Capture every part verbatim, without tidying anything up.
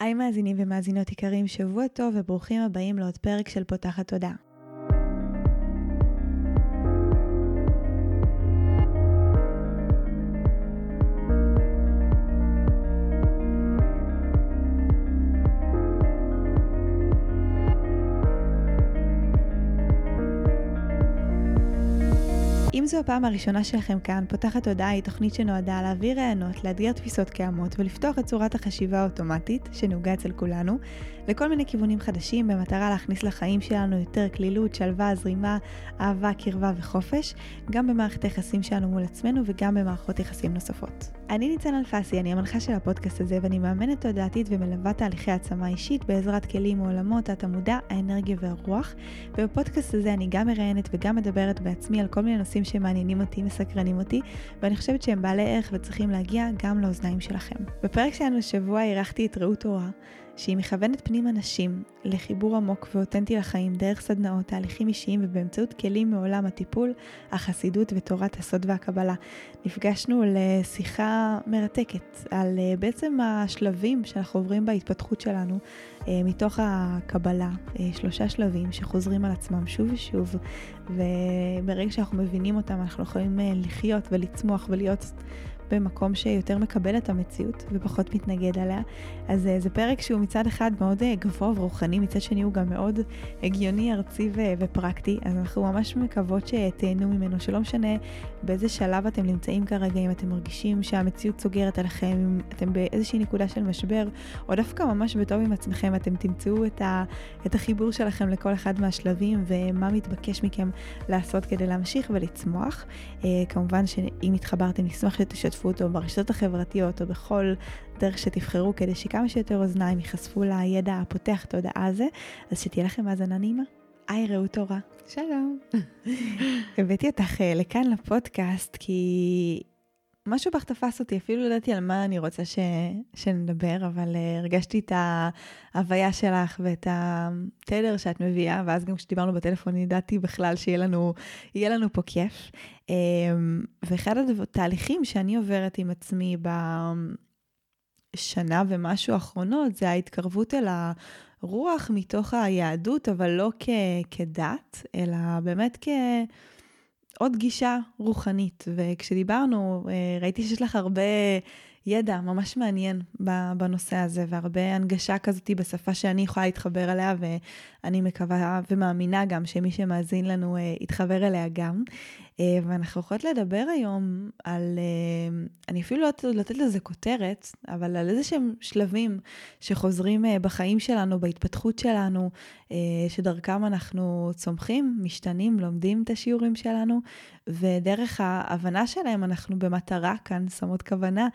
היי מאזינים ומאזינות יקרים, שבוע טוב וברוכים הבאים לעוד פרק של פותחת תודעה. אם זו הפעם הראשונה שלכם כאן, פותחת תודעה היא תוכנית שנועדה להעביר רעיונות, לאתגר תפיסות קיימות ולפתוח את צורת החשיבה האוטומטית שנהוגה אצל כולנו, לכל מיני כיוונים חדשים במטרה להכניס לחיים שלנו יותר כלילות, שלווה, זרימה, אהבה, קרבה וחופש, גם במערכת היחסים שלנו מול עצמנו וגם במערכות יחסים נוספות. אני ניצן אלפסי, אני המנחה של הפודקאסט הזה ואני מאמנת תודעתית ומלווה תהליכי העצמה אישית בעזרת כלים מעולמות התמודע, האנרגיה והרוח, ובפודקאסט הזה אני גם מראיינת וגם מדברת בעצמי על כל מיני נושאים שמעניינים אותי, מסקרנים אותי, ואני חושבת שהם בעלי ערך וצריכים להגיע גם לאוזניים שלכם. בפרק שלנו השבוע אירחתי את רעות אורה, שהיא מכוונת פנים אנשים לחיבור עמוק ואותנטי לחיים דרך סדנאות, תהליכים אישיים ובאמצעות כלים מעולם הטיפול, החסידות ותורת הסוד והקבלה. נפגשנו לשיחה מרתקת על בעצם השלבים שאנחנו עוברים בהתפתחות שלנו מתוך הקבלה, שלושה שלבים שחוזרים על עצמם שוב ושוב, וברגע שאנחנו מבינים אותם אנחנו יכולים לחיות ולצמוח ולהיות במקום שיותר מקבל את המציאות ופחות מתנגד עליה. אז זה פרק שהוא מצד אחד מאוד גבוה ורוחני, מצד שני הוא גם מאוד הגיוני, ארצי ו- ופרקטי, אז אנחנו ממש מקוות שתהנו ממנו, שלא משנה באיזה שלב אתם נמצאים כרגע, אם אתם מרגישים שהמציאות סוגרת עליכם, אם אתם באיזושהי נקודה של משבר, או דווקא ממש בטוב עם עצמכם, אתם תמצאו את, ה- את החיבור שלכם לכל אחד מהשלבים, ומה מתבקש מכם לעשות כדי להמשיך ולצמוח. כמובן שאם התחברתם, נשמח שתשתפו אותו ברשתות החברתיות או בכל דרך שתבחרו, כדי שכמה שיותר אוזניים ייחשפו לידע הפותח תודעה הזה. אז שתהיה לכם האזנה נעימה. היי רעות אורה. שלום. הבאתי אותך לכאן לפודקאסט כי משהו בך תפס אותי, אפילו לא ידעתי על מה אני רוצה ש... שנדבר, אבל הרגשתי את ההוויה שלך ואת התדר שאת מביאה, ואז גם כשדיברנו בטלפון ידעתי בכלל שיהיה לנו, יהיה לנו פה כיף. ואחד התהליכים שאני עוברת עם עצמי בשנה ומשהו האחרונות, זה ההתקרבות אל הרוח מתוך היהדות, אבל לא כ... כדת, אלא באמת כ... עוד גישה רוחנית, וכשדיברנו ראיתי שיש לך הרבה ידע ממש מעניין בנושא הזה, והרבה הנגשה כזאת בשפה שאני יכולה להתחבר אליה, ואני מקווה ומאמינה גם שמי שמאזין לנו יתחבר אליה גם. ואנחנו יכולות לדבר היום על, אני אפילו לא לתת לזה כותרת, אבל על איזה שהם שלבים שחוזרים בחיים שלנו, בהתפתחות שלנו, שדרכם אנחנו צומחים, משתנים, לומדים את השיעורים שלנו, ודרך ההבנה שלהם אנחנו במטרה כאן, שמות כוונה,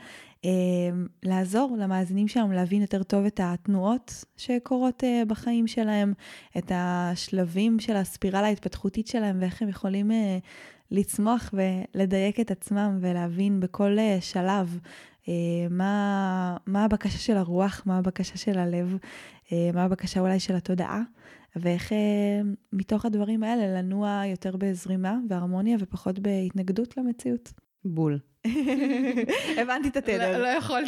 לעזור למאזינים שלנו להבין יותר טוב את התנועות שקורות בחיים שלהם, את השלבים של הספירלה ההתפתחותית שלהם, ואיך הם יכולים לצמוח ולדייק את עצמם ולהבין בכל שלב מה, מה הבקשה של הרוח, מה הבקשה של הלב, מה הבקשה אולי של התודעה, ואיך מתוך הדברים האלה לנוע יותר בזרימה והרמוניה ופחות בהתנגדות למציאות. בול. הבנתי את התדר. לא יכולת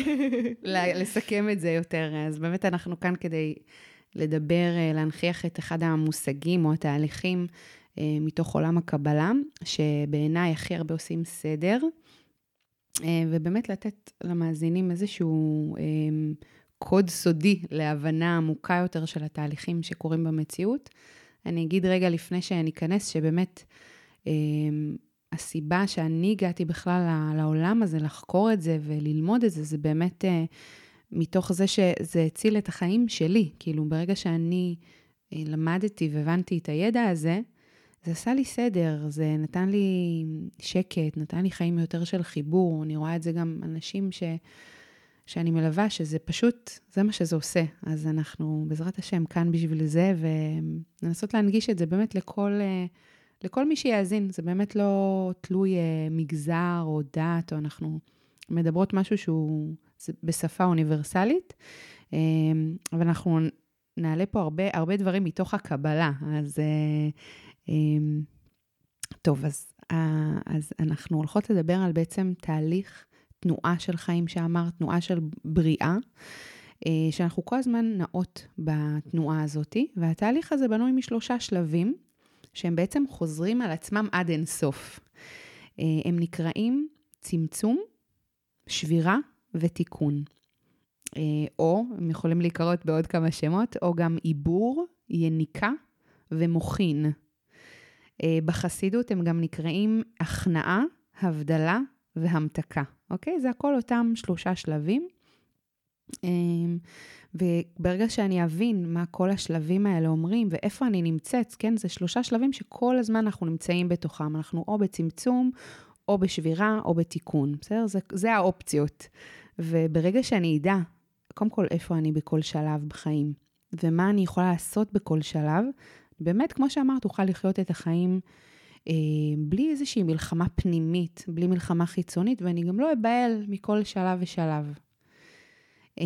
לסכם את זה יותר. אז באמת אנחנו כאן כדי לדבר, להנכיח את אחד המושגים או התהליכים מתוך עולם הקבלה, שבעיניי הכי הרבה עושים סדר, ובאמת לתת למאזינים איזשהו קוד סודי להבנה עמוקה יותר של התהליכים שקורים במציאות. אני אגיד רגע לפני שאני אכנס שבאמת הסיבה שאני הגעתי בכלל לעולם הזה, לחקור את זה וללמוד את זה, זה באמת מתוך זה שזה הציל את החיים שלי. כאילו ברגע שאני למדתי והבנתי את הידע הזה, זה עשה לי סדר, זה נתן לי שקט, נתן לי חיים יותר של חיבור. אני רואה את זה גם אנשים ש... שאני מלווה, שזה פשוט, זה מה שזה עושה. אז אנחנו בעזרת השם כאן בשביל זה, וננסות להנגיש את זה באמת לכל, לכל מי שיאזין. זה באמת לא תלוי מגזר או דת, או אנחנו מדברות משהו שהוא בשפה אוניברסלית, אבל אנחנו נעלה פה הרבה, הרבה דברים מתוך הקבלה. אז טוב, אז, אז אנחנו הולכות לדבר על בעצם תהליך תנועה של חיים שאמר, תנועה של בריאה, שאנחנו כל הזמן נעות בתנועה הזאת, והתהליך הזה בנוי משלושה שלבים, שהם בעצם חוזרים על עצמם עד אין סוף. הם נקראים צמצום, שבירה ותיקון. או, הם יכולים להיקרות בעוד כמה שמות, או גם עיבור, יניקה ומוכין. בחסידות הם גם נקראים הכנעה, הבדלה והמתקה. אוקיי? זה הכל אותם שלושה שלבים. וברגע שאני אבין מה כל השלבים האלה אומרים, ואיפה אני נמצאת, כן? זה שלושה שלבים שכל הזמן אנחנו נמצאים בתוכם. אנחנו או בצמצום, או בשבירה, או בתיקון. בסדר? זה, זה האופציות. וברגע שאני אדע, קודם כל איפה אני בכל שלב בחיים, ומה אני יכולה לעשות בכל שלב, באמת, כמו שאמרת, אוכל לחיות את החיים אה, בלי איזושהי מלחמה פנימית, בלי מלחמה חיצונית, ואני גם לא אבעל מכל שלב ושלב. אה,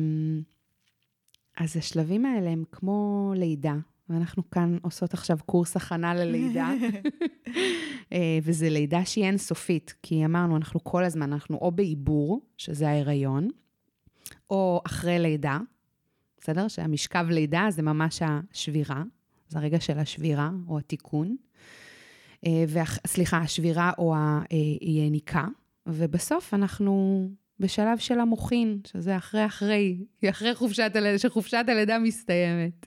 אז השלבים האלה הם כמו לידה, ואנחנו כאן עושות עכשיו קורס הכנה ללידה, אה, וזה לידה שהיא אינסופית, כי אמרנו, אנחנו כל הזמן, אנחנו או בעיבור, שזה ההיריון, או אחרי לידה, בסדר? שהמשכב לידה זה ממש השבירה, זה הרגע של השבירה או התיקון, וסליחה, השבירה או היניקה, ובסוף אנחנו בשלב של המוכין, שזה אחרי אחרי, אחרי חופשת הלידה, שחופשת הלידה מסתיימת.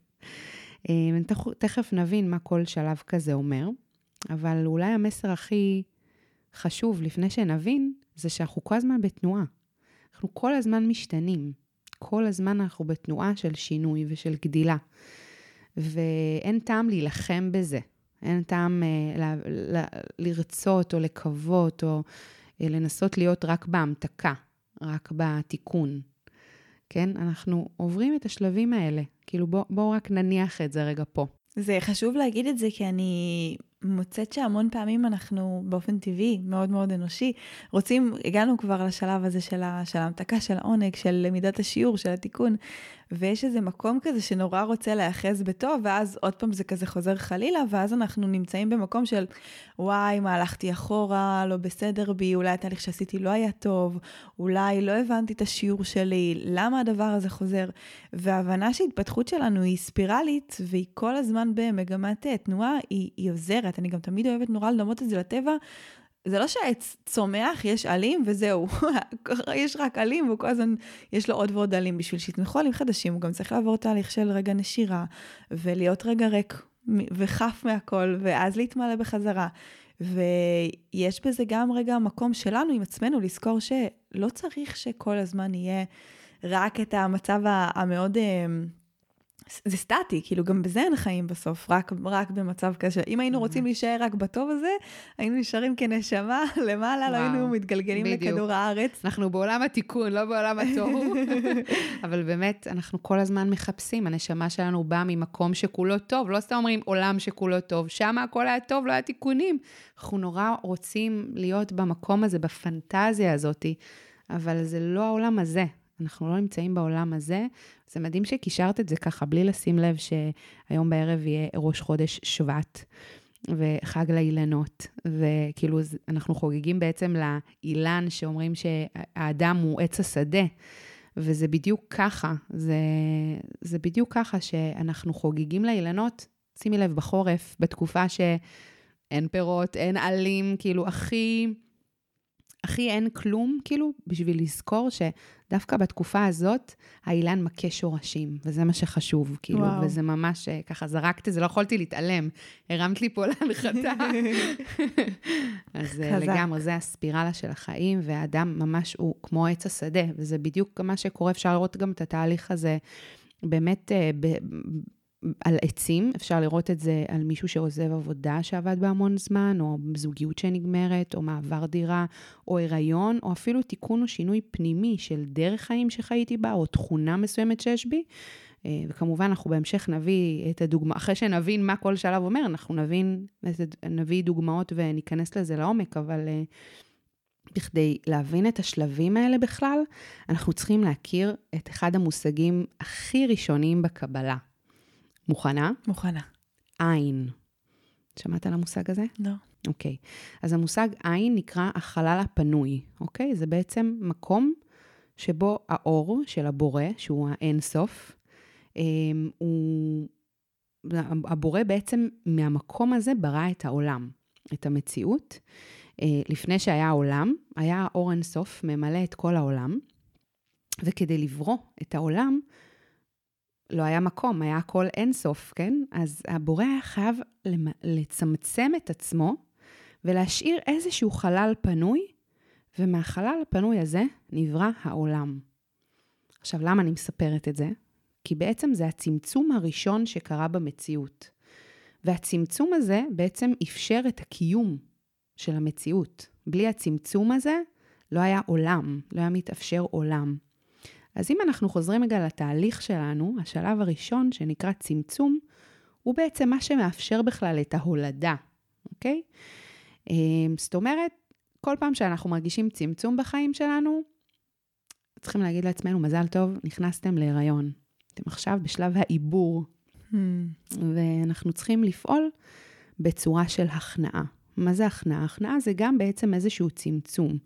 תכף נבין מה כל שלב כזה אומר, אבל אולי המסר הכי חשוב לפני שנבין, זה שאנחנו כל הזמן בתנועה. אנחנו כל הזמן משתנים. כל הזמן אנחנו בתנועה של שינוי ושל גדילה. ואין טעם להילחם בזה. אין טעם ל- ל- לרצות או לקוות או לנסות להיות רק בהמתקה, רק בתיקון. כן? אנחנו עוברים את השלבים האלה. כאילו בוא, בוא רק נניח את זה רגע פה. זה חשוב להגיד את זה, כי אני מוצאת שהמון פעמים אנחנו באופן טבעי, מאוד מאוד אנושי, רוצים, הגענו כבר לשלב הזה של ההמתקה, של העונג, של למידת השיעור, של התיקון, ויש איזה מקום כזה שנורא רוצה להיאחז בטוב, ואז עוד פעם זה כזה חוזר חלילה, ואז אנחנו נמצאים במקום של, וואי, מה הלכתי אחורה, לא בסדר בי, אולי התהליך שעשיתי לא היה טוב, אולי לא הבנתי את השיעור שלי, למה הדבר הזה חוזר? וההבנה שההתפתחות שלנו היא ספירלית, והיא כל הזמן במגמת תנועה, היא, היא עוזרת. אני גם תמיד אוהבת נורא לדמות את זה לטבע, זה לא שהעץ צומח, יש עלים וזהו, יש רק עלים, וכל הזמן יש לו עוד ועוד עלים. בשביל שיתמכו עלים חדשים, הוא גם צריך לעבור תהליך של רגע נשירה, ולהיות רגע ריק וחף מהכל, ואז להתמלא בחזרה. ויש בזה גם רגע המקום שלנו עם עצמנו, לזכור שלא צריך שכל הזמן יהיה רק את המצב המאוד... זה סטטי, כאילו גם בזה אין חיים בסוף, רק, רק במצב כזה. אם היינו רוצים להישאר רק בטוב הזה, היינו נשארים כנשמה למעלה, לא היינו מתגלגלים לכדור הארץ. אנחנו בעולם התיקון, לא בעולם הטוב. אבל באמת, אנחנו כל הזמן מחפשים, הנשמה שלנו באה ממקום שכולו טוב, לא סתם אומרים עולם שכולו טוב, שם הכל היה טוב, לא היה תיקונים. אנחנו נורא רוצים להיות במקום הזה, בפנטזיה הזאת, אבל זה לא העולם הזה. אנחנו לא נמצאים בעולם הזה. זה מדהים שקישרת את זה ככה, בלי לשים לב שהיום בערב יהיה ראש חודש שבט, וחג לאילנות, וכאילו אנחנו חוגגים בעצם לאילן שאומרים שהאדם הוא עץ השדה, וזה בדיוק ככה, זה, זה בדיוק ככה שאנחנו חוגגים לאילנות, שימי לב בחורף, בתקופה שאין פירות, אין עלים, כאילו הכי... הכי אין כלום, כאילו, בשביל לזכור שדווקא בתקופה הזאת, האילן מכה שורשים, וזה מה שחשוב, כאילו, וואו. וזה ממש, ככה זרקתי, זה לא יכולתי להתעלם, הרמת לי פה להנחתה. אז לגמרי, זה הספירלה של החיים, והאדם ממש הוא כמו עץ השדה, וזה בדיוק מה שקורה, אפשר לראות גם את התהליך הזה, באמת, ב- על עצים, אפשר לראות את זה על מישהו שעוזב עבודה שעבד בהמון זמן, או זוגיות שנגמרת, או מעבר דירה, או הריון, או אפילו תיקון או שינוי פנימי של דרך חיים שחייתי בה, או תכונה מסוימת שיש בי. וכמובן, אנחנו בהמשך נביא את הדוגמה, אחרי שנבין מה כל שלב אומר, אנחנו נבין, נביא דוגמאות וניכנס לזה לעומק, אבל בכדי להבין את השלבים האלה בכלל, אנחנו צריכים להכיר את אחד המושגים הכי ראשוניים בקבלה. מוכנה? מוכנה. עין. שמעת על המושג הזה? לא. אוקיי. אז המושג עין נקרא החלל הפנוי, אוקיי? זה בעצם מקום שבו האור של הבורא, שהוא האינסוף, הוא, הבורא בעצם מהמקום הזה ברא את העולם, את המציאות. לפני שהיה העולם, היה האור אינסוף ממלא את כל העולם, וכדי לברוא את העולם, לא היה מקום, היה הכל אינסוף, כן? אז הבורא היה חייב לצמצם את עצמו, ולהשאיר איזשהו חלל פנוי, ומהחלל הפנוי הזה נברא העולם. עכשיו, למה אני מספרת את זה? כי בעצם זה הצמצום הראשון שקרה במציאות. והצמצום הזה בעצם אפשר את הקיום של המציאות. בלי הצמצום הזה לא היה עולם, לא היה מתאפשר עולם. אז אם אנחנו חוזרים רגע לתהליך שלנו, השלב הראשון שנקרא צמצום, הוא בעצם מה שמאפשר בכלל את ההולדה, אוקיי? זאת אומרת, כל פעם שאנחנו מרגישים צמצום בחיים שלנו, צריכים להגיד לעצמנו, מזל טוב, נכנסתם להיריון. אתם עכשיו בשלב העיבור, hmm. ואנחנו צריכים לפעול בצורה של הכנעה. מה זה הכנעה? הכנעה זה גם בעצם איזשהו צמצום.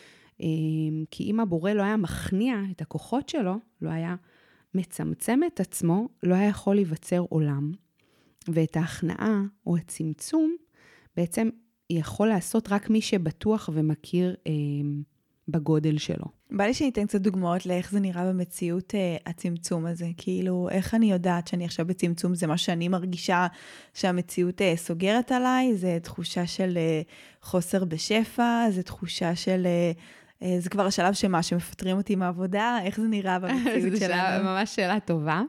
כי אם הבורא לא היה מכניע את הכוחות שלו, לא היה מצמצם את עצמו, לא היה יכול להיווצר עולם. ואת ההכנעה או הצמצום, בעצם יכול לעשות רק מי שבטוח ומכיר אה, בגודל שלו. בא לי שניתן קצת דוגמאות לאיך זה נראה במציאות אה, הצמצום הזה. כאילו, איך אני יודעת שאני עכשיו בצמצום, זה מה שאני מרגישה שהמציאות אה, סוגרת עליי, זה תחושה של אה, חוסר בשפע, זה תחושה של... אה, זה כבר השלב שמה, שמפטרים אותי מהעבודה, איך זה נראה במציאות שלנו? זו ממש שאלה טובה.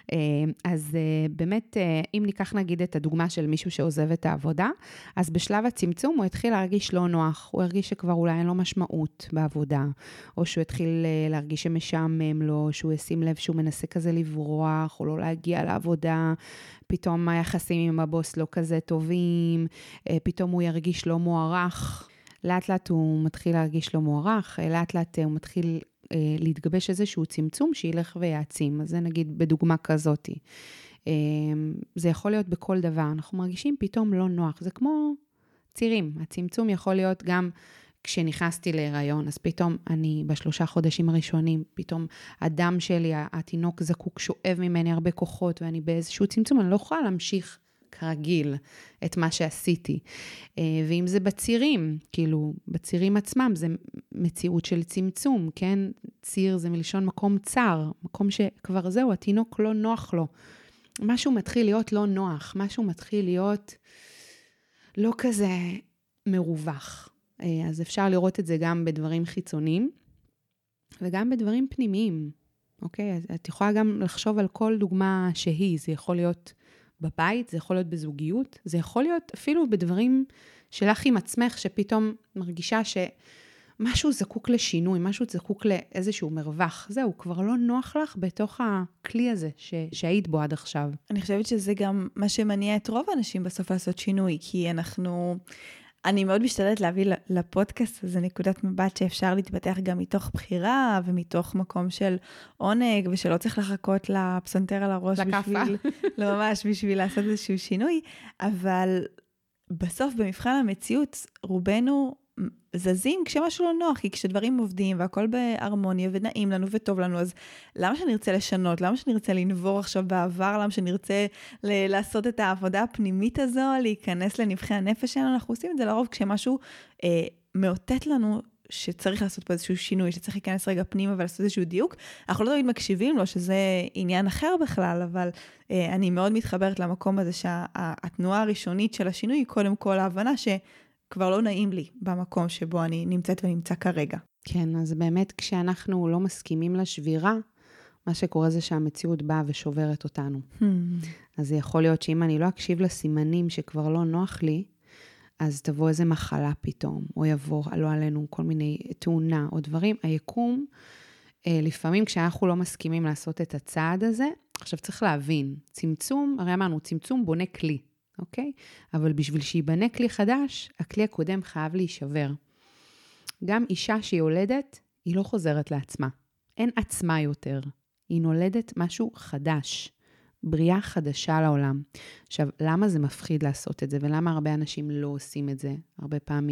אז באמת, אם ניקח נגיד את הדוגמה של מישהו שעוזב את העבודה, אז בשלב הצמצום הוא התחיל להרגיש לא נוח, הוא הרגיש שכבר אולי אין לו משמעות בעבודה, או שהוא התחיל להרגיש שמשעמם לו, שהוא ישים לב שהוא מנסה כזה לברוח, או לא להגיע לעבודה, פתאום היחסים עם הבוס לא כזה טובים, פתאום הוא ירגיש לא מוערך, לאט לאט הוא מתחיל להרגיש לא מוערך, לאט לאט הוא מתחיל אה, להתגבש איזשהו צמצום שילך ויעצים. אז זה נגיד בדוגמה כזאת. אה, זה יכול להיות בכל דבר. אנחנו מרגישים פתאום לא נוח. זה כמו צירים. הצמצום יכול להיות גם כשנכנסתי להיריון, אז פתאום אני בשלושה חודשים הראשונים, פתאום הדם שלי, התינוק זקוק, שואב ממני הרבה כוחות, ואני באיזשהו צמצום, אני לא יכולה להמשיך כרגיל את מה שעשיתי. ואם זה בצירים, כאילו, בצירים עצמם, זה מציאות של צמצום, כן? ציר זה מלשון מקום צר, מקום שכבר זהו, התינוק לא נוח לו. משהו מתחיל להיות לא נוח, משהו מתחיל להיות לא כזה מרווח. אז אפשר לראות את זה גם בדברים חיצוניים, וגם בדברים פנימיים, אוקיי? אז את יכולה גם לחשוב על כל דוגמה שהיא, זה יכול להיות בבית, זה יכול להיות בזוגיות, זה יכול להיות אפילו בדברים שלך עם עצמך, שפתאום מרגישה שמשהו זקוק לשינוי, משהו זקוק לאיזשהו מרווח. זהו, כבר לא נוח לך בתוך הכלי הזה ש... שהיית בו עד עכשיו. אני חושבת שזה גם מה שמניע את רוב האנשים בסוף לעשות שינוי, כי אנחנו... אני מאוד משתדלת להביא לפודקאסט הזה נקודת מבט שאפשר להתפתח גם מתוך בחירה ומתוך מקום של עונג, ושלא צריך לחכות לפסנתר על הראש בשביל, לא ממש בשביל לעשות איזשהו שינוי, אבל בסוף במבחן המציאות רובנו זזים כשמשהו לא נוח, כי כשדברים עובדים והכל בהרמוניה ונעים לנו וטוב לנו, אז למה שנרצה לשנות? למה שנרצה לנבור עכשיו בעבר? למה שנרצה ל- לעשות את העבודה הפנימית הזו, להיכנס לנבחי הנפש שלנו? אנחנו עושים את זה לרוב כשמשהו אה, מאותת לנו שצריך לעשות פה איזשהו שינוי, שצריך להיכנס רגע פנימה ולעשות איזשהו דיוק. אנחנו לא תמיד מקשיבים לו, שזה עניין אחר בכלל, אבל אה, אני מאוד מתחברת למקום הזה שהתנועה הראשונית של השינוי היא קודם כל ההבנה ש... כבר לא נעים לי במקום שבו אני נמצאת ונמצא כרגע. כן, אז באמת כשאנחנו לא מסכימים לשבירה, מה שקורה זה שהמציאות באה ושוברת אותנו. Hmm. אז זה יכול להיות שאם אני לא אקשיב לסימנים שכבר לא נוח לי, אז תבוא איזה מחלה פתאום, או יבוא, לא עלינו כל מיני תאונה או דברים. היקום, לפעמים כשאנחנו לא מסכימים לעשות את הצעד הזה, עכשיו צריך להבין, צמצום, הרי אמרנו, צמצום בונה כלי. אוקיי? אבל בשביל שיבנה כלי חדש, הכלי הקודם חייב להישבר. גם אישה שהיא יולדת, היא לא חוזרת לעצמה. אין עצמה יותר. היא נולדת משהו חדש. בריאה חדשה לעולם. עכשיו, למה זה מפחיד לעשות את זה? ולמה הרבה אנשים לא עושים את זה? הרבה פעמים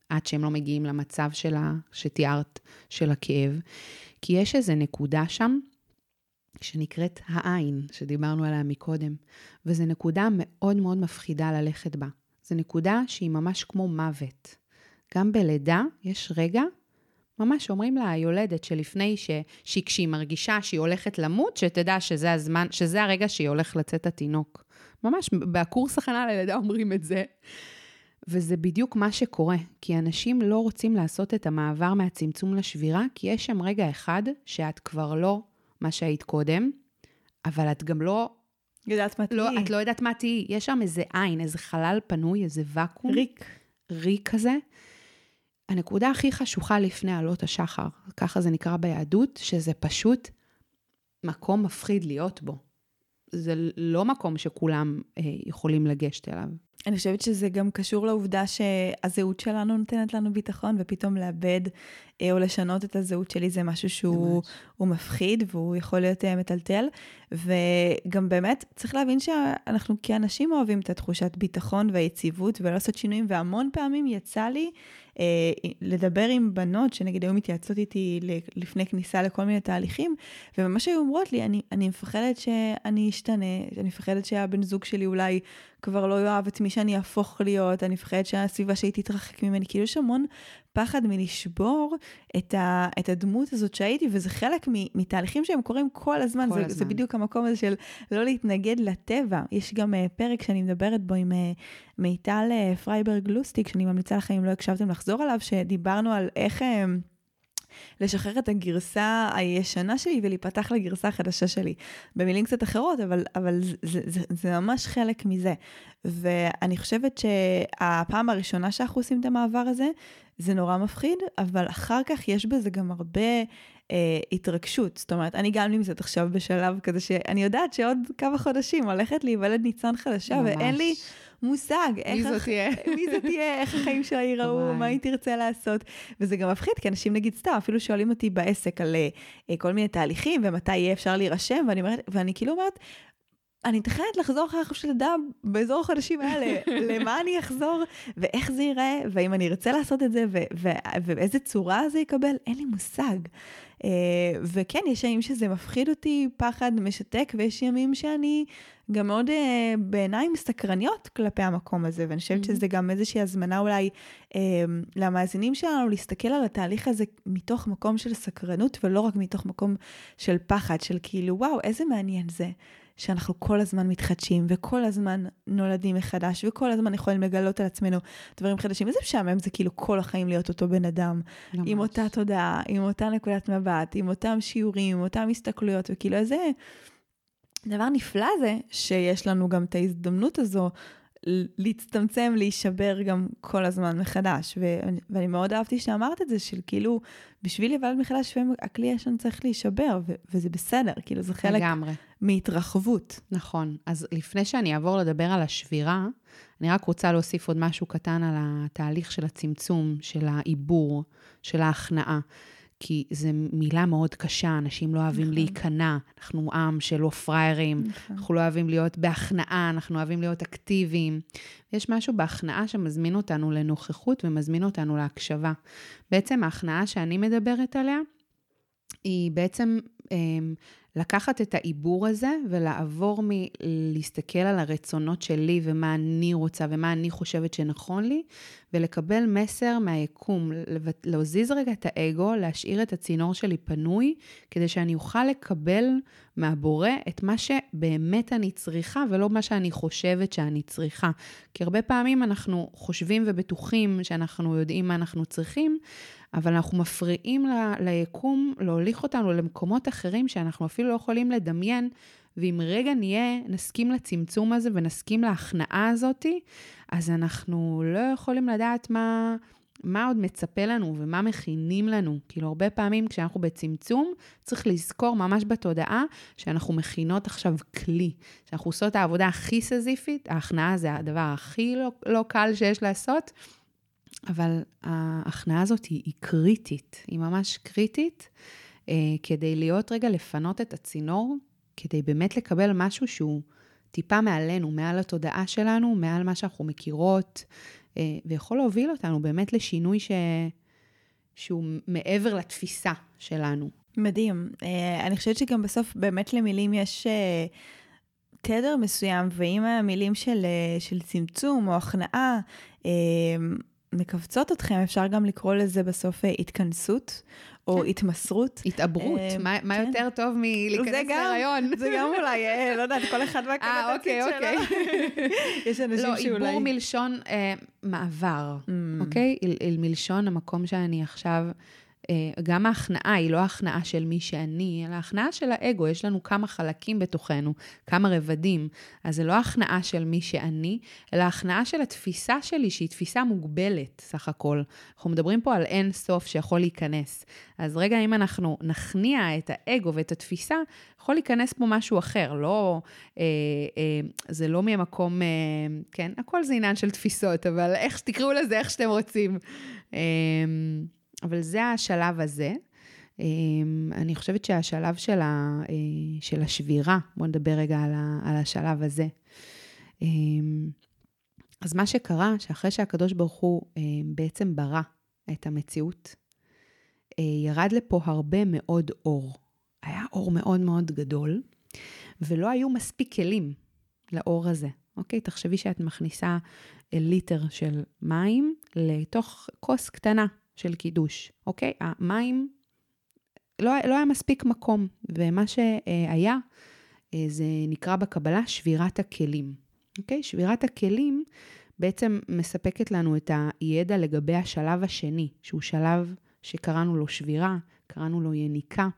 עד שהם לא מגיעים למצב שלה, שתיארת, של הכאב. כי יש איזו נקודה שם, שנקראת העין, שדיברנו עליה מקודם, וזו נקודה מאוד מאוד מפחידה ללכת בה. זו נקודה שהיא ממש כמו מוות. גם בלידה יש רגע, ממש אומרים לה היולדת שלפני ש... שכשהיא מרגישה שהיא הולכת למות, שתדע שזה הזמן, שזה הרגע שהיא הולך לצאת התינוק. ממש בקורס הכנה ללידה אומרים את זה. וזה בדיוק מה שקורה, כי אנשים לא רוצים לעשות את המעבר מהצמצום לשבירה, כי יש שם רגע אחד שאת כבר לא מה שהיית קודם, אבל את גם לא... יודעת מה תהי. לא, את לא יודעת מה תהי. יש שם איזה עין, איזה חלל פנוי, איזה וקום. ריק. ריק כזה. הנקודה הכי חשוכה לפני עלות השחר, ככה זה נקרא ביהדות, שזה פשוט מקום מפחיד להיות בו. זה לא מקום שכולם אה, יכולים לגשת אליו. אני חושבת שזה גם קשור לעובדה שהזהות שלנו נותנת לנו ביטחון, ופתאום לאבד אה, או לשנות את הזהות שלי זה משהו שהוא הוא מפחיד, והוא יכול להיות אה, מטלטל, וגם באמת צריך להבין שאנחנו כאנשים אוהבים את התחושת ביטחון והיציבות, ולא לעשות שינויים, והמון פעמים יצא לי אה, לדבר עם בנות, שנגיד היו מתייעצות איתי לפני כניסה לכל מיני תהליכים, וממש היו אומרות לי, אני, אני מפחדת שאני אשתנה, אני מפחדת שהבן זוג שלי אולי כבר לא יאהב את מי שאני אהפוך להיות, אני מפחדת שהסביבה שהיא תתרחק ממני, כאילו יש המון פחד מלשבור את, ה, את הדמות הזאת שהייתי, וזה חלק מתהליכים שהם קורים כל הזמן, כל זה, הזמן. זה בדיוק המקום הזה של לא להתנגד לטבע. יש גם uh, פרק שאני מדברת בו עם uh, מיטל uh, פרייברג לוסטיק, שאני ממליצה לכם אם לא הקשבתם לחזור עליו, שדיברנו על איך... Uh, לשחרר את הגרסה הישנה שלי ולהיפתח לגרסה החדשה שלי. במילים קצת אחרות, אבל, אבל זה, זה, זה, זה ממש חלק מזה. ואני חושבת שהפעם הראשונה שאנחנו עושים את המעבר הזה, זה נורא מפחיד, אבל אחר כך יש בזה גם הרבה אה, התרגשות. זאת אומרת, אני גם נמצאת עכשיו בשלב כזה שאני יודעת שעוד כמה חודשים הולכת להיוולד ניצן חדשה, ממש. ואין לי מושג. מי זאת תהיה? מי זאת תהיה, איך החיים שלה ייראו, מה היא תרצה לעשות. וזה גם מפחיד, כי אנשים נגיד סתם, אפילו שואלים אותי בעסק על אה, כל מיני תהליכים, ומתי יהיה אפשר להירשם, ואני, אומרת, ואני כאילו אומרת, אני מתכנת לחזור אחרי חופשת לידה באזור החודשים האלה, למה אני אחזור, ואיך זה ייראה, ואם אני ארצה לעשות את זה, ו- ו- ואיזה צורה זה יקבל, אין לי מושג. Uh, וכן, יש ימים שזה מפחיד אותי, פחד משתק, ויש ימים שאני גם מאוד uh, בעיניים סקרניות כלפי המקום הזה, ואני חושבת mm-hmm. שזה גם איזושהי הזמנה אולי uh, למאזינים שלנו, להסתכל על התהליך הזה מתוך מקום של סקרנות, ולא רק מתוך מקום של פחד, של כאילו, וואו, איזה מעניין זה. שאנחנו כל הזמן מתחדשים, וכל הזמן נולדים מחדש, וכל הזמן יכולים לגלות על עצמנו דברים חדשים. איזה משעמם זה כאילו כל החיים להיות אותו בן אדם, ממש. עם אותה תודעה, עם אותה נקודת מבט, עם אותם שיעורים, עם אותם הסתכלויות, וכאילו איזה דבר נפלא זה, שיש לנו גם את ההזדמנות הזו, להצטמצם, להישבר גם כל הזמן מחדש. ו- ואני מאוד אהבתי שאמרת את זה, של כאילו, בשביל להיוולד מחדש, הכלי ישן צריך להישבר, ו- וזה בסדר, כאילו זה חלק לגמרי. מהתרחבות. נכון. אז לפני שאני אעבור לדבר על השבירה, אני רק רוצה להוסיף עוד משהו קטן על התהליך של הצמצום, של העיבור, של ההכנעה. כי זו מילה מאוד קשה, אנשים לא אוהבים נכון. להיכנע, אנחנו עם שלא פריירים, נכון. אנחנו לא אוהבים להיות בהכנעה, אנחנו אוהבים להיות אקטיביים. יש משהו בהכנעה שמזמין אותנו לנוכחות ומזמין אותנו להקשבה. בעצם ההכנעה שאני מדברת עליה, היא בעצם אה, לקחת את העיבור הזה ולעבור מלהסתכל על הרצונות שלי ומה אני רוצה ומה אני חושבת שנכון לי, ולקבל מסר מהיקום, להזיז רגע את האגו, להשאיר את הצינור שלי פנוי, כדי שאני אוכל לקבל מהבורא את מה שבאמת אני צריכה, ולא מה שאני חושבת שאני צריכה. כי הרבה פעמים אנחנו חושבים ובטוחים שאנחנו יודעים מה אנחנו צריכים, אבל אנחנו מפריעים ל- ליקום, להוליך אותנו למקומות אחרים שאנחנו אפילו לא יכולים לדמיין, ואם רגע נהיה, נסכים לצמצום הזה ונסכים להכנעה הזאת, אז אנחנו לא יכולים לדעת מה, מה עוד מצפה לנו ומה מכינים לנו. כאילו הרבה פעמים כשאנחנו בצמצום, צריך לזכור ממש בתודעה שאנחנו מכינות עכשיו כלי, שאנחנו עושות את העבודה הכי סזיפית, ההכנעה זה הדבר הכי לא, לא קל שיש לעשות, אבל ההכנעה הזאת היא, היא קריטית, היא ממש קריטית, אה, כדי להיות רגע לפנות את הצינור, כדי באמת לקבל משהו שהוא טיפה מעלינו, מעל התודעה שלנו, מעל מה שאנחנו מכירות, ויכול להוביל אותנו באמת לשינוי ש... שהוא מעבר לתפיסה שלנו. מדהים. אני חושבת שגם בסוף באמת למילים יש תדר מסוים, ואם המילים של, של צמצום או הכנעה מקבצות אתכם, אפשר גם לקרוא לזה בסוף התכנסות, או כן. התמסרות. התעברות, uh, מה, כן. מה יותר טוב מלהיכנס להיריון? זה גם אולי, לא יודעת, כל אחד והקונוטציות שלו. אוקיי, אוקיי. יש אנשים לא, שאולי... לא, עיבור מלשון uh, מעבר, mm. אוקיי? אל, אל מלשון המקום שאני עכשיו... גם ההכנעה היא לא ההכנעה של מי שאני, אלא ההכנעה של האגו, יש לנו כמה חלקים בתוכנו, כמה רבדים, אז זה לא ההכנעה של מי שאני, אלא ההכנעה של התפיסה שלי, שהיא תפיסה מוגבלת סך הכל. אנחנו מדברים פה על אין סוף שיכול להיכנס. אז רגע, אם אנחנו נכניע את האגו ואת התפיסה, יכול להיכנס פה משהו אחר, לא, אה, אה, זה לא מהמקום, אה, כן, הכל זה עניין של תפיסות, אבל איך תקראו לזה, איך שאתם רוצים. אה, אבל זה השלב הזה. אני חושבת שהשלב של, ה, של השבירה, בואו נדבר רגע על, ה, על השלב הזה. אז מה שקרה, שאחרי שהקדוש ברוך הוא בעצם ברא את המציאות, ירד לפה הרבה מאוד אור. היה אור מאוד מאוד גדול, ולא היו מספיק כלים לאור הזה. אוקיי? תחשבי שאת מכניסה ליטר של מים לתוך כוס קטנה. של קידוש, אוקיי? המים, לא, לא היה מספיק מקום, ומה שהיה, זה נקרא בקבלה שבירת הכלים, אוקיי? שבירת הכלים בעצם מספקת לנו את הידע לגבי השלב השני, שהוא שלב שקראנו לו שבירה, קראנו לו יניקה.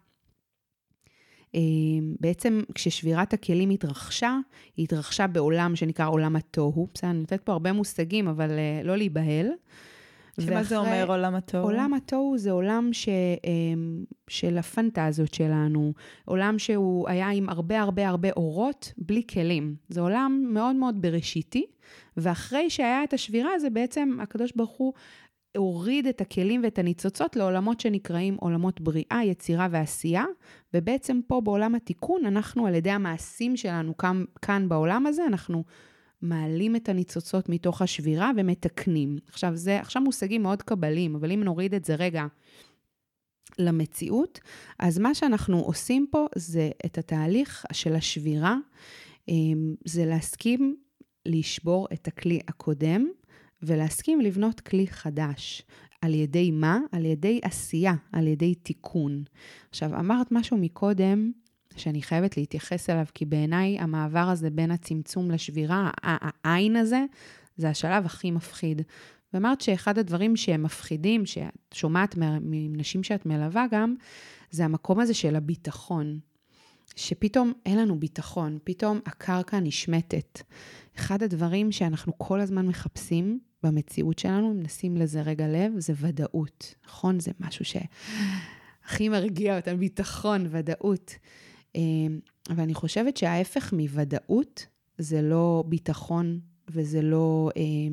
בעצם כששבירת הכלים התרחשה, היא התרחשה בעולם שנקרא עולם התוהו, בסדר, אני נותנת פה הרבה מושגים, אבל לא להיבהל, שמה זה אומר עולם התוהו? עולם התוהו זה עולם ש, של הפנטזיות שלנו, עולם שהוא היה עם הרבה הרבה הרבה אורות, בלי כלים. זה עולם מאוד מאוד בראשיתי, ואחרי שהיה את השבירה, זה בעצם הקדוש ברוך הוא הוריד את הכלים ואת הניצוצות לעולמות שנקראים עולמות בריאה, יצירה ועשייה, ובעצם פה בעולם התיקון, אנחנו על ידי המעשים שלנו כאן, כאן בעולם הזה, אנחנו מעלים את הניצוצות מתוך השבירה ומתקנים. עכשיו, זה עכשיו מושגים מאוד קבלים, אבל אם נוריד את זה רגע למציאות, אז מה שאנחנו עושים פה זה את התהליך של השבירה, זה להסכים לשבור את הכלי הקודם, ולהסכים לבנות כלי חדש. על ידי מה? על ידי עשייה, על ידי תיקון. עכשיו, אמרת משהו מקודם, שאני חייבת להתייחס אליו, כי בעיניי המעבר הזה בין הצמצום לשבירה, העין הזה, זה השלב הכי מפחיד. ואמרת שאחד הדברים שהם מפחידים, שאת שומעת מנשים שאת מלווה גם, זה המקום הזה של הביטחון. שפתאום אין לנו ביטחון, פתאום הקרקע נשמטת. אחד הדברים שאנחנו כל הזמן מחפשים במציאות שלנו, נשים לזה רגע לב, זה ודאות. נכון? זה משהו שהכי מרגיע אותנו, ביטחון, ודאות. אבל אני חושבת שההפך מוודאות, זה לא ביטחון, וזה לא,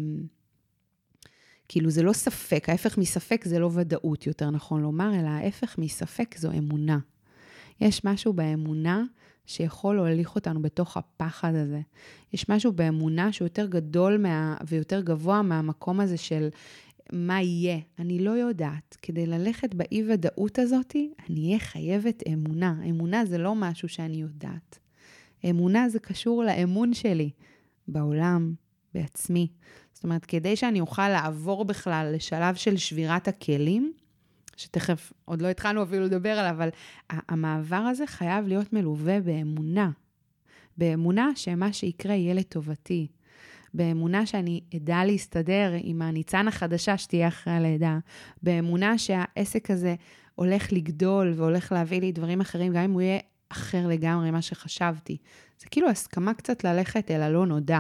כאילו זה לא ספק, ההפך מספק זה לא ודאות, יותר נכון לומר, אלא ההפך מספק זו אמונה. יש משהו באמונה שיכול להוליך אותנו בתוך הפחד הזה. יש משהו באמונה שהוא יותר גדול מה, ויותר גבוה מהמקום הזה של מה יהיה. אני לא יודעת. כדי ללכת באי ודאות הזאת, אני אהיה חייבת אמונה. אמונה זה לא משהו שאני יודעת. אמונה זה קשור לאמון שלי בעולם, בעצמי. זאת אומרת, כדי שאני אוכל לעבור בכלל לשלב של שבירת הכלים, שתכף עוד לא התחלנו אפילו לדבר עליו, אבל המעבר הזה חייב להיות מלווה באמונה. באמונה שמה שיקרה יהיה לטובתי. באמונה שאני אדע להסתדר עם הניצן החדשה שתהיה אחרי הלידה. באמונה שהעסק הזה הולך לגדול והולך להביא לי דברים אחרים, גם אם הוא יהיה אחר לגמרי מה שחשבתי. זה כאילו הסכמה קצת ללכת אל הלא נודע.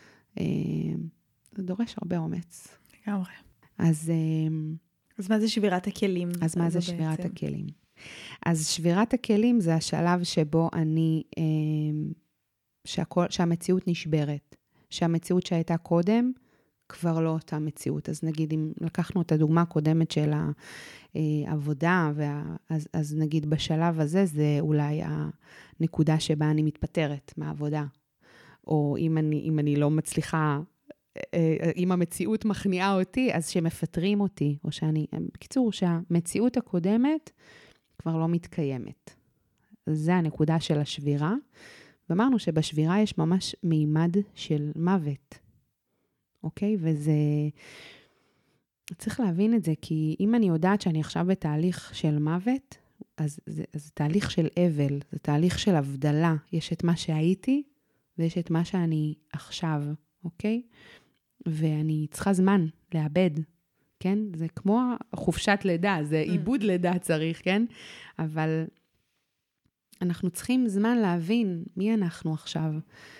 זה דורש הרבה אומץ. לגמרי. אז... אז מה זה שבירת הכלים? אז מה זה שבירת בעצם? הכלים? אז שבירת הכלים זה השלב שבו אני, שהכל, שהמציאות נשברת. שהמציאות שהייתה קודם, כבר לא אותה מציאות. אז נגיד, אם לקחנו את הדוגמה הקודמת של העבודה, וה, אז, אז נגיד בשלב הזה, זה אולי הנקודה שבה אני מתפטרת מהעבודה. או אם אני, אם אני לא מצליחה אם המציאות מכניעה אותי, אז שמפטרים אותי, או שאני, בקיצור, שהמציאות הקודמת כבר לא מתקיימת. זה הנקודה של השבירה, ואמרנו שבשבירה יש ממש מימד של מוות, אוקיי? וזה, צריך להבין את זה, כי אם אני יודעת שאני עכשיו בתהליך של מוות, אז זה, זה תהליך של אבל, זה תהליך של הבדלה, יש את מה שהייתי, ויש את מה שאני עכשיו, אוקיי? ואני צריכה זמן לאבד, כן? זה כמו חופשת לידה, זה עיבוד לידה צריך, כן? אבל אנחנו צריכים זמן להבין מי אנחנו עכשיו.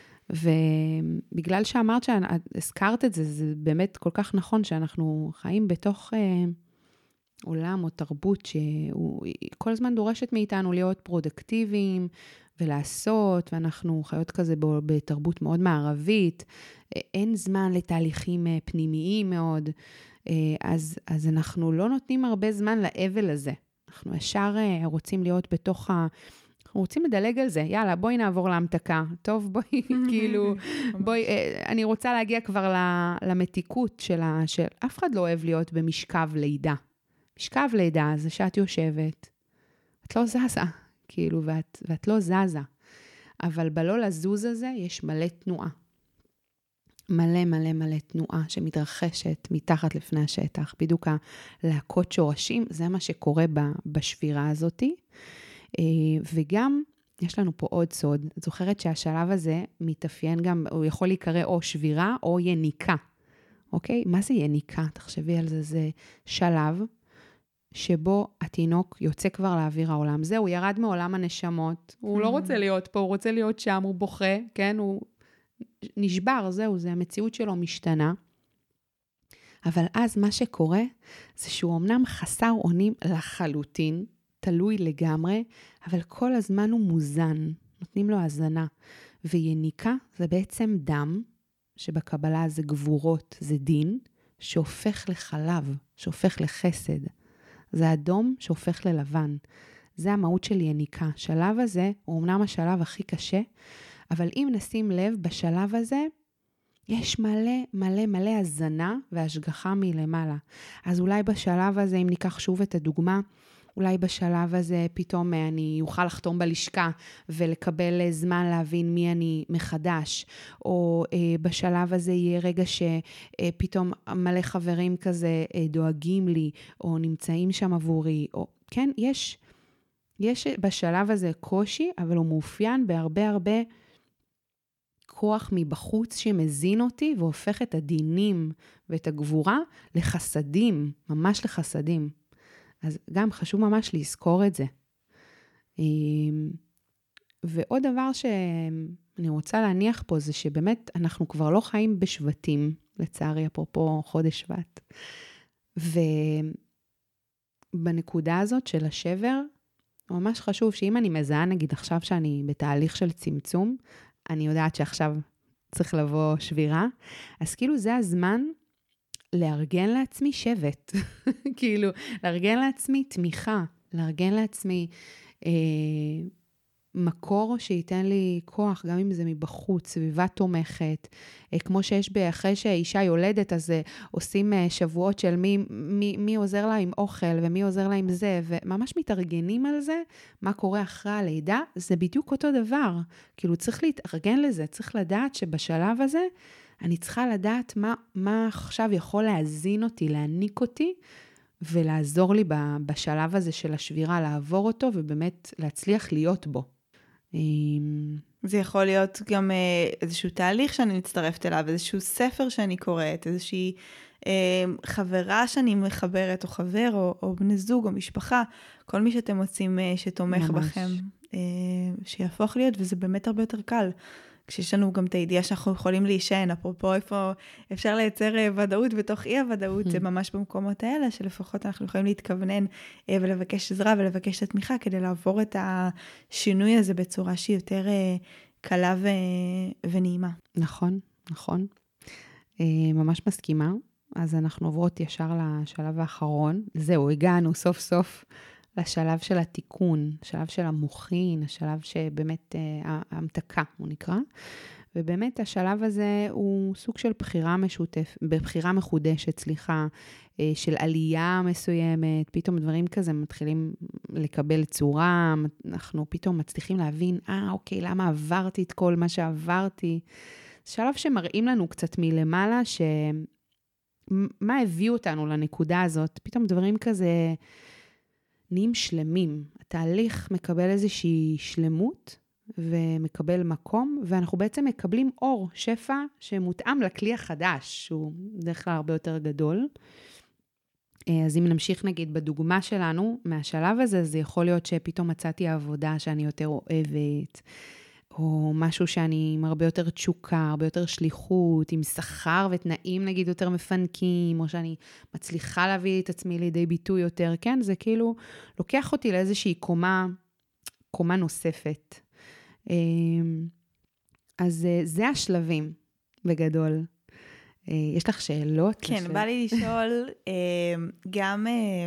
ובגלל שאמרת שהזכרת את זה, זה באמת כל כך נכון שאנחנו חיים בתוך אה, עולם או תרבות שהוא כל הזמן דורשת מאיתנו להיות פרודקטיביים ולעשות, ואנחנו חיות כזה בתרבות מאוד מערבית, אין זמן לתהליכים פנימיים מאוד, אז, אז אנחנו לא נותנים הרבה זמן לאבל הזה. אנחנו ישר רוצים להיות בתוך ה... אנחנו רוצים לדלג על זה, יאללה, בואי נעבור להמתקה. טוב, בואי, כאילו, בואי, אני רוצה להגיע כבר למתיקות שלה, שאף אחד לא אוהב להיות במשכב לידה. משכב לידה זה שאת יושבת, את לא זזה, כאילו, ואת, ואת לא זזה. אבל בלא לזוז הזה יש מלא תנועה. מלא מלא מלא תנועה שמתרחשת מתחת לפני השטח. בדיוק הלהקות שורשים, זה מה שקורה בשבירה הזאת. וגם יש לנו פה עוד סוד. את זוכרת שהשלב הזה מתאפיין גם, הוא יכול להיקרא או שבירה או יניקה. אוקיי? מה זה יניקה? תחשבי על זה, זה שלב שבו התינוק יוצא כבר לאוויר העולם. זה, הוא ירד מעולם הנשמות. הוא לא רוצה להיות פה, הוא רוצה להיות שם, הוא בוכה, כן? הוא נשבר, זהו, זה המציאות שלו משתנה. אבל אז מה שקורה, זה שהוא אמנם חסר אונים לחלוטין, תלוי לגמרי, אבל כל הזמן הוא מוזן, נותנים לו הזנה. ויניקה זה בעצם דם, שבקבלה זה גבורות, זה דין, שהופך לחלב, שהופך לחסד. זה אדום שהופך ללבן. זה המהות של יניקה. שלב הזה הוא אמנם השלב הכי קשה, אבל אם נשים לב, בשלב הזה, יש מלא מלא מלא הזנה והשגחה מלמעלה. אז אולי בשלב הזה, אם ניקח שוב את הדוגמה, אולי בשלב הזה פתאום אני אוכל לחתום בלשכה ולקבל זמן להבין מי אני מחדש, או אה, בשלב הזה יהיה רגע שפתאום מלא חברים כזה אה, דואגים לי, או נמצאים שם עבורי, או כן, יש, יש בשלב הזה קושי, אבל הוא מאופיין בהרבה הרבה כוח מבחוץ שמזין אותי, והופך את הדינים ואת הגבורה לחסדים, ממש לחסדים. אז גם חשוב ממש לזכור את זה. ועוד דבר שאני רוצה להניח פה, זה שבאמת אנחנו כבר לא חיים בשבטים, לצערי, אפרופו חודש שבט. ובנקודה הזאת של השבר, ממש חשוב שאם אני מזהה, נגיד עכשיו שאני בתהליך של צמצום, אני יודעת שעכשיו צריך לבוא שבירה, אז כאילו זה הזמן לארגן לעצמי שבט, כאילו, לארגן לעצמי תמיכה, לארגן לעצמי אה, מקור שייתן לי כוח, גם אם זה מבחוץ, סביבה תומכת, אה, כמו שיש אחרי שהאישה יולדת, אז אה, עושים אה, שבועות של מי, מי, מי עוזר לה עם אוכל, ומי עוזר לה עם זה, וממש מתארגנים על זה, מה קורה אחרי הלידה, זה בדיוק אותו דבר, כאילו צריך להתארגן לזה, צריך לדעת שבשלב הזה, אני צריכה לדעת מה, מה עכשיו יכול להזין אותי, להעניק אותי, ולעזור לי בשלב הזה של השבירה, לעבור אותו, ובאמת להצליח להיות בו. זה יכול להיות גם איזשהו תהליך שאני מצטרפת אליו, איזשהו ספר שאני קוראת, איזושהי חברה שאני מחברת, או חבר, או, או בני זוג, או משפחה, כל מי שאתם מוצאים שתומך ממש. בכם, שיהפוך להיות, וזה באמת הרבה יותר קל. כשיש לנו גם את הידיעה שאנחנו יכולים להישען, אפרופו איפה אפשר לייצר ודאות בתוך אי הוודאות, זה ממש במקומות האלה, שלפחות אנחנו יכולים להתכוונן ולבקש עזרה ולבקש את התמיכה, כדי לעבור את השינוי הזה בצורה שהיא יותר קלה ונעימה. נכון, נכון. ממש מסכימה. אז אנחנו עוברות ישר לשלב האחרון. זהו, הגענו סוף סוף לשלב של התיקון, שלב של המוחין, השלב שבאמת, ההמתקה הוא נקרא, ובאמת השלב הזה הוא סוג של בחירה משותף, בבחירה מחודשת, סליחה, של עלייה מסוימת, פתאום דברים כזה מתחילים לקבל צורה, אנחנו פתאום מצליחים להבין, אה, אוקיי, למה עברתי את כל מה שעברתי? שלב שמראים לנו קצת מלמעלה, ש... מה הביא אותנו לנקודה הזאת? פתאום דברים כזה נהיים שלמים. התהליך מקבל איזושהי שלמות, ומקבל מקום, ואנחנו בעצם מקבלים אור, שפע, שמותאם לכלי החדש, שהוא בדרך כלל הרבה יותר גדול. אז אם נמשיך נגיד בדוגמה שלנו, מהשלב הזה, זה יכול להיות שפתאום מצאתי עבודה שאני יותר אוהבת, או משהו שאני עם הרבה יותר תשוקה, הרבה יותר שליחות, עם שכר ותנאים נגיד יותר מפנקים, או שאני מצליחה להביא את עצמי לידי ביטוי יותר, כן? זה כאילו לוקח אותי לאיזושהי קומה, קומה נוספת. אז זה השלבים בגדול. יש לך שאלות? כן, בא לי לשאול, גם,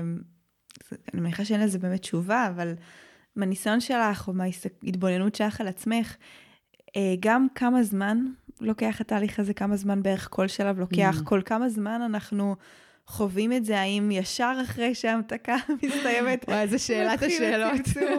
אני מניחה שאין לזה באמת תשובה, אבל מהניסיון שלך, או מההתבוננות שלך על עצמך, גם כמה זמן לוקח התהליך הזה, כמה זמן בערך כל שלב לוקח, כל כמה זמן אנחנו חווים את זה, האם ישר אחרי שההמתקה מסתיימת? וואי, איזה שאלת השאלות.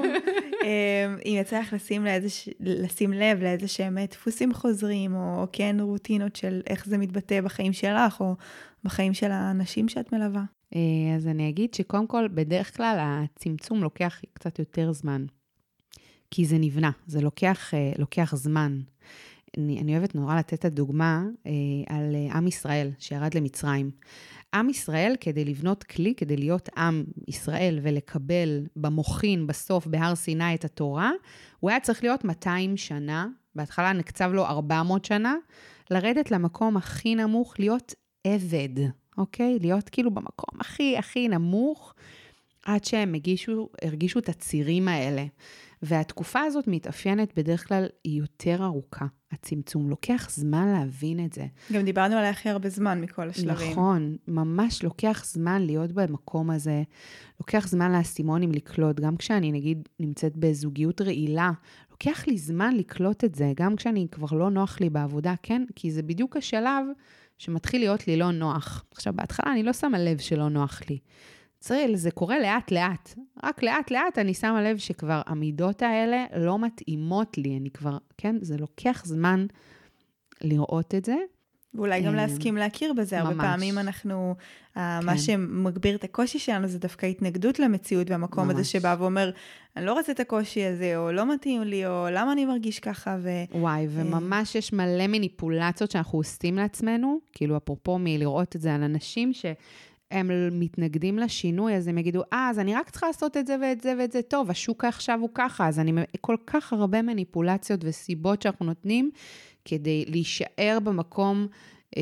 אם יצא לך לשים לב לאיזה שהם דפוסים חוזרים, או כן רוטינות של איך זה מתבטא בחיים שלך, או בחיים של האנשים שאת מלווה. אז אני אגיד שקודם כל, בדרך כלל הצמצום לוקח קצת יותר זמן, כי זה נבנה, זה לוקח, לוקח זמן. אני, אני אוהבת נורא לתת את הדוגמה אה, על עם ישראל שירד למצרים. עם ישראל, כדי לבנות כלי, כדי להיות עם ישראל ולקבל במוחין, בסוף, בהר סיני את התורה, הוא היה צריך להיות מאתיים שנה, בהתחלה נקצב לו ארבע מאות שנה, לרדת למקום הכי נמוך, להיות עבד, אוקיי? להיות כאילו במקום הכי הכי נמוך, עד שהם הגישו, הרגישו את הצירים האלה. והתקופה הזאת מתאפיינת בדרך כלל היא יותר ארוכה. הצמצום לוקח זמן להבין את זה. גם דיברנו עליה הכי הרבה זמן מכל השלבים. נכון, ממש לוקח זמן להיות במקום הזה. לוקח זמן לאסימונים לקלוט, גם כשאני נגיד נמצאת בזוגיות רעילה, לוקח לי זמן לקלוט את זה, גם כשאני כבר לא נוח לי בעבודה, כן? כי זה בדיוק השלב שמתחיל להיות לי לא נוח. עכשיו, בהתחלה אני לא שמה לב שלא נוח לי. צריך, זה קורה לאט לאט. רק לאט לאט אני שמה לב שכבר המידות האלה לא מתאימות לי. אני כבר, כן, זה לוקח זמן לראות את זה. ואולי גם להסכים להכיר בזה. הרבה פעמים אנחנו, מה שמגביר את הקושי שלנו זה דווקא התנגדות למציאות, והמקום הזה שבא ואומר, אני לא רוצה את הקושי הזה, או לא מתאים לי, או למה אני מרגיש ככה. וואי, וממש יש מלא מניפולציות שאנחנו עושים לעצמנו, כאילו אפרופו מלראות את זה על אנשים ש... הם מתנגדים לשינוי, אז הם יגידו, אה, אז אני רק צריכה לעשות את זה ואת זה ואת זה, טוב, השוק עכשיו הוא ככה, אז אני, כל כך הרבה מניפולציות וסיבות שאנחנו נותנים, כדי להישאר במקום, אה,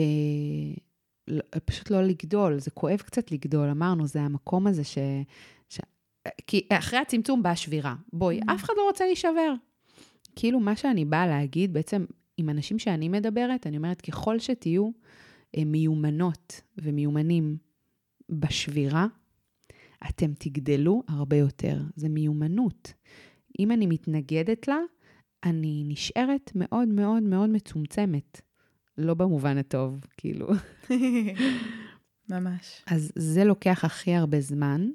פשוט לא לגדול, זה כואב קצת לגדול, אמרנו, זה המקום הזה ש... ש... כי אחרי הצמצום באה שבירה, בואי, אף אחד לא רוצה להישבר. כאילו מה שאני באה להגיד, בעצם עם אנשים שאני מדברת, אני אומרת, ככל שתהיו אה, מיומנות ומיומנים, בשבירה, אתם תגדלו הרבה יותר. זה מיומנות. אם אני מתנגדת לה, אני נשארת מאוד מאוד מאוד מצומצמת. לא במובן הטוב, כאילו. ממש. אז זה לוקח הכי הרבה זמן,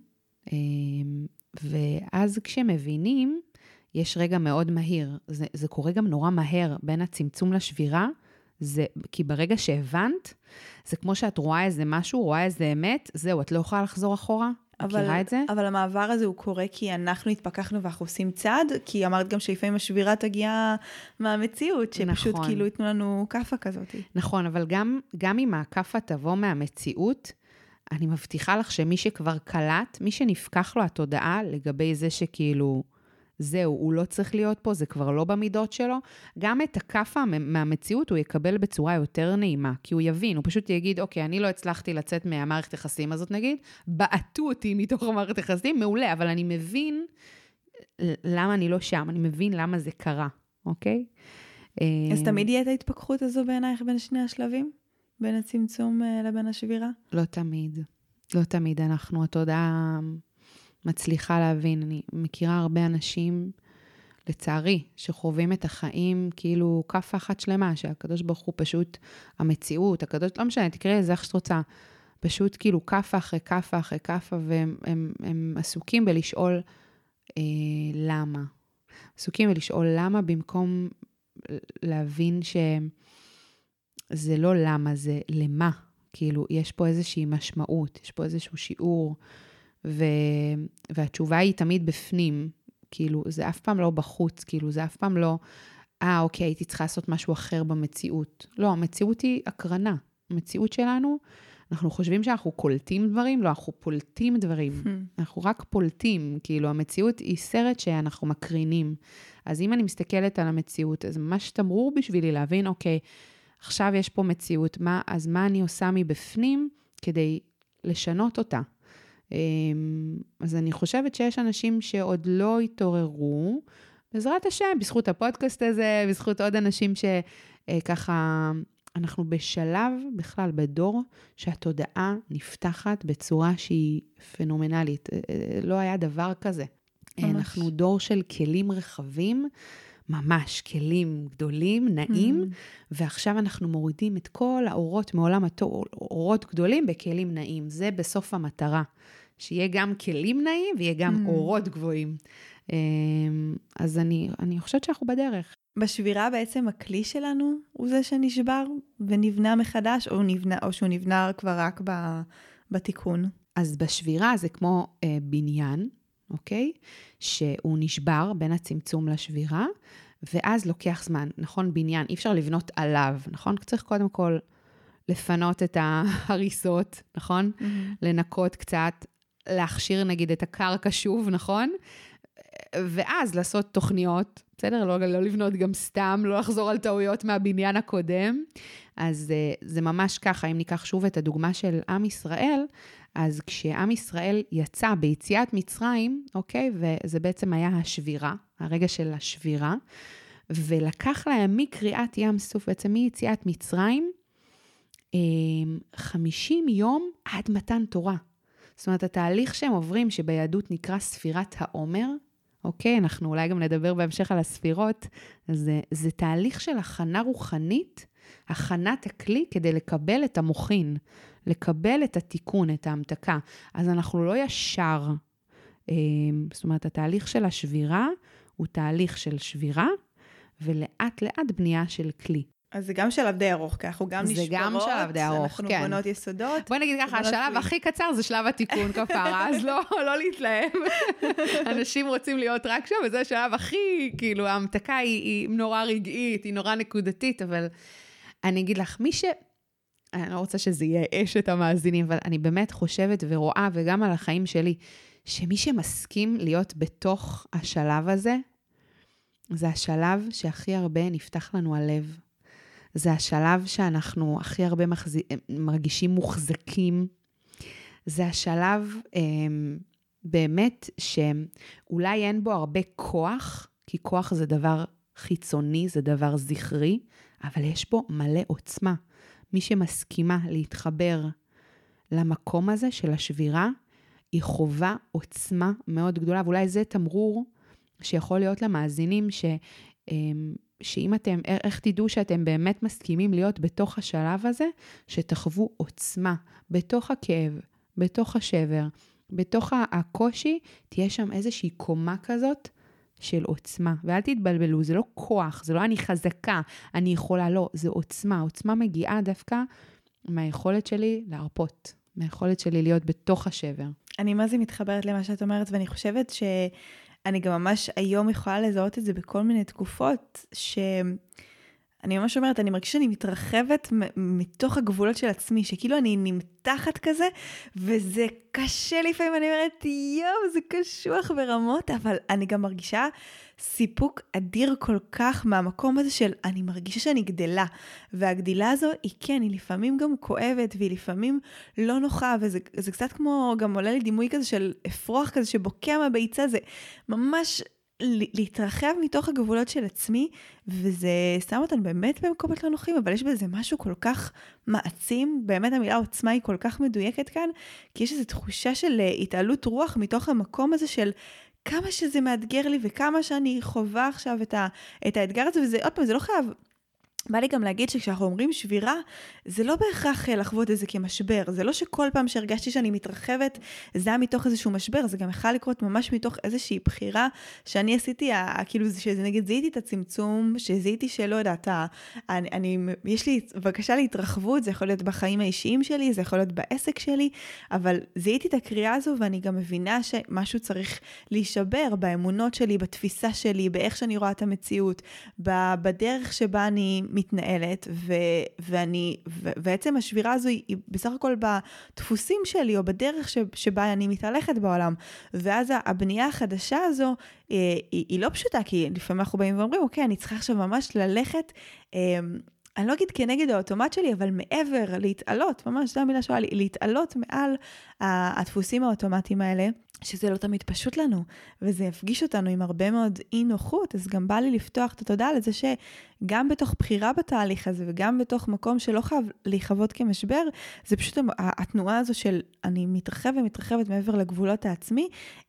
ואז כשמבינים, יש רגע מאוד מהיר. זה, זה קורה גם נורא מהר בין הצמצום לשבירה, זה, כי ברגע שהבנת, זה כמו שאת רואה איזה משהו, רואה איזה אמת, זהו, את לא יכולה לחזור אחורה, מכירה את זה? אבל המעבר הזה הוא קורה כי אנחנו התפקחנו ואנחנו עושים צעד, כי אמרת גם שלפעמים השבירה תגיע מהמציאות, שפשוט נכון. כאילו יתנו לנו קפה כזאת. נכון, אבל גם, גם אם הקפה תבוא מהמציאות, אני מבטיחה לך שמי שכבר קלט, מי שנפקח לו התודעה לגבי זה שכאילו... זהו, הוא לא צריך להיות פה, זה כבר לא במידות שלו. גם את הקפה מהמציאות הוא יקבל בצורה יותר נעימה, כי הוא יבין, הוא פשוט יגיד, אוקיי, אני לא הצלחתי לצאת מהמערכת יחסים הזאת, נגיד, בעטו אותי מתוך המערכת יחסים, מעולה, אבל אני מבין למה אני לא שם, אני מבין למה זה קרה, אוקיי? אז תמיד יהיה את ההתפכחות הזו בעינייך בין שני השלבים? בין הצמצום לבין השבירה? לא תמיד. לא תמיד אנחנו, התודעה... מצליחה להבין, אני מכירה הרבה אנשים, לצערי, שחווים את החיים כאילו כף אחת שלמה, שהקדוש ברוך הוא פשוט המציאות, הקדוש, לא משנה, תקראי לזה איך שאת רוצה, פשוט כאילו כפה אחרי כפה אחרי כפה, והם הם, הם עסוקים בלשאול אה, למה. עסוקים בלשאול למה, במקום להבין שזה לא למה, זה למה. כאילו, יש פה איזושהי משמעות, יש פה איזשהו שיעור, ו... והתשובה היא תמיד בפנים, כאילו, זה אף פעם לא בחוץ, כאילו, זה אף פעם לא, אה, אוקיי, הייתי צריכה לעשות משהו אחר במציאות. לא, המציאות היא הקרנה. המציאות שלנו, אנחנו חושבים שאנחנו קולטים דברים, לא, אנחנו פולטים דברים. אנחנו רק פולטים, כאילו, המציאות היא סרט שאנחנו מקרינים. אז אם אני מסתכלת על המציאות, אז ממש תמרור בשבילי להבין, אוקיי, עכשיו יש פה מציאות, מה, אז מה אני עושה מבפנים כדי לשנות אותה? אז אני חושבת שיש אנשים שעוד לא התעוררו, בעזרת השם, בזכות הפודקאסט הזה, בזכות עוד אנשים שככה, אנחנו בשלב, בכלל בדור, שהתודעה נפתחת בצורה שהיא פנומנלית. לא היה דבר כזה. ממש. אנחנו דור של כלים רחבים, ממש כלים גדולים, נעים, mm. ועכשיו אנחנו מורידים את כל האורות מעולם התור, אורות גדולים בכלים נעים. זה בסוף המטרה. שיהיה גם כלים נעים ויהיה גם mm. אורות גבוהים. אז אני, אני חושבת שאנחנו בדרך. בשבירה בעצם הכלי שלנו הוא זה שנשבר ונבנה מחדש, או, נבנה, או שהוא נבנה כבר רק ב, בתיקון. אז בשבירה זה כמו אה, בניין, אוקיי? שהוא נשבר בין הצמצום לשבירה, ואז לוקח זמן, נכון? בניין, אי אפשר לבנות עליו, נכון? צריך קודם כל לפנות את ההריסות, נכון? Mm-hmm. לנקות קצת, להכשיר נגיד את הקרקע שוב, נכון? ואז לעשות תוכניות, בסדר? לא, לא לבנות גם סתם, לא לחזור על טעויות מהבניין הקודם. אז זה ממש ככה, אם ניקח שוב את הדוגמה של עם ישראל, אז כשעם ישראל יצא ביציאת מצרים, אוקיי? וזה בעצם היה השבירה, הרגע של השבירה, ולקח להם מקריאת ים סוף, בעצם מיציאת מצרים, חמישים יום עד מתן תורה. זאת אומרת, התהליך שהם עוברים, שביהדות נקרא ספירת העומר, אוקיי, אנחנו אולי גם נדבר בהמשך על הספירות, זה, זה תהליך של הכנה רוחנית, הכנת הכלי כדי לקבל את המוחין, לקבל את התיקון, את ההמתקה. אז אנחנו לא ישר, זאת אומרת, התהליך של השבירה הוא תהליך של שבירה, ולאט לאט בנייה של כלי. אז זה גם שלב די ארוך, כי אנחנו גם נשברות, זה גם שלב די ארוך, אנחנו כן. בונות יסודות. בוא נגיד ככה, השלב הכי קצר זה שלב התיקון כפרה, אז לא, לא להתלהם. אנשים רוצים להיות רק שם, וזה השלב הכי, כאילו, ההמתקה היא, היא נורא רגעית, היא נורא נקודתית, אבל אני אגיד לך, מי ש... אני לא רוצה שזה יהיה אשת המאזינים, אבל אני באמת חושבת ורואה, וגם על החיים שלי, שמי שמסכים להיות בתוך השלב הזה, זה השלב שהכי הרבה נפתח לנו הלב. זה השלב שאנחנו הכי הרבה מחז... מרגישים מוחזקים. זה השלב אה, באמת שאולי אין בו הרבה כוח, כי כוח זה דבר חיצוני, זה דבר זכרי, אבל יש בו מלא עוצמה. מי שמסכימה להתחבר למקום הזה של השבירה, היא חובה עוצמה מאוד גדולה, ואולי זה תמרור שיכול להיות למאזינים ש... אה, שאם אתם, איך תדעו שאתם באמת מסכימים להיות בתוך השלב הזה, שתחוו עוצמה, בתוך הכאב, בתוך השבר, בתוך הקושי, תהיה שם איזושהי קומה כזאת של עוצמה. ואל תתבלבלו, זה לא כוח, זה לא אני חזקה, אני יכולה, לא, זה עוצמה. עוצמה מגיעה דווקא מהיכולת שלי להרפות, מהיכולת שלי להיות בתוך השבר. אני מה זה מתחברת למה שאת אומרת, ואני חושבת ש... אני גם ממש היום יכולה לזהות את זה בכל מיני תקופות, שאני ממש אומרת, אני מרגישה שאני מתרחבת מתוך הגבולות של עצמי, שכאילו אני נמתחת כזה, וזה קשה לפעמים, אני אומרת, יואו, זה קשוח ברמות, אבל אני גם מרגישה סיפוק אדיר כל כך מהמקום הזה של, אני מרגישה שאני גדלה, והגדילה הזו היא כן, היא לפעמים גם כואבת, והיא לפעמים לא נוחה, וזה זה קצת כמו, גם עולה לי דימוי כזה של אפרוח כזה שבוקע מהביצה, זה ממש להתרחב מתוך הגבולות של עצמי, וזה שם אותנו באמת במקומות לא נוחים, אבל יש בזה משהו כל כך מעצים, באמת המילה עוצמה היא כל כך מדויקת כאן, כי יש איזו תחושה של התעלות רוח מתוך המקום הזה של כמה שזה מאתגר לי, וכמה שאני חווה עכשיו את, ה, את האתגר הזה, וזה, עוד פעם, זה לא חייב, בא לי גם להגיד שכשאנחנו אומרים שבירה, זה לא בהכרח לחוות את זה כמשבר, זה לא שכל פעם שהרגשתי שאני מתרחבת, זה היה מתוך איזשהו משבר, זה גם יכול לקרות ממש מתוך איזושהי בחירה, שאני עשיתי, כאילו, שזה נגיד, זיהיתי את הצמצום, שזיהיתי שלא יודעת, אני, אני, יש לי בקשה להתרחבות, זה יכול להיות בחיים האישיים שלי, זה יכול להיות בעסק שלי, אבל זיהיתי את הקריאה הזו, ואני גם מבינה שמשהו צריך להישבר באמונות שלי, בתפיסה שלי, באיך שאני רואה את המציאות, בדרך שבה אני מתנהלת, ו- ואני, ו- בעצם השבירה הזו היא, היא בסך הכל בדפוסים שלי, או בדרך ש- שבה אני מתהלכת בעולם, ואז הבנייה החדשה הזו, היא, היא, היא לא פשוטה, כי לפעמים אנחנו באים ואומרים, אוקיי, אני צריכה עכשיו ממש ללכת, אני לא אגיד כנגד האוטומט שלי, אבל מעבר, להתעלות, ממש זו המילה שואלה, להתעלות מעל הדפוסים האוטומטיים האלה, שזה לא תמיד פשוט לנו, וזה יפגיש אותנו עם הרבה מאוד אי נוחות, אז גם בא לי לפתוח את התודעה לזה שגם בתוך בחירה בתהליך הזה, וגם בתוך מקום שלא חייב להיחוות כמשבר, זה פשוט התנועה הזו של אני מתרחב ומתרחבת מעבר לגבולות העצמי,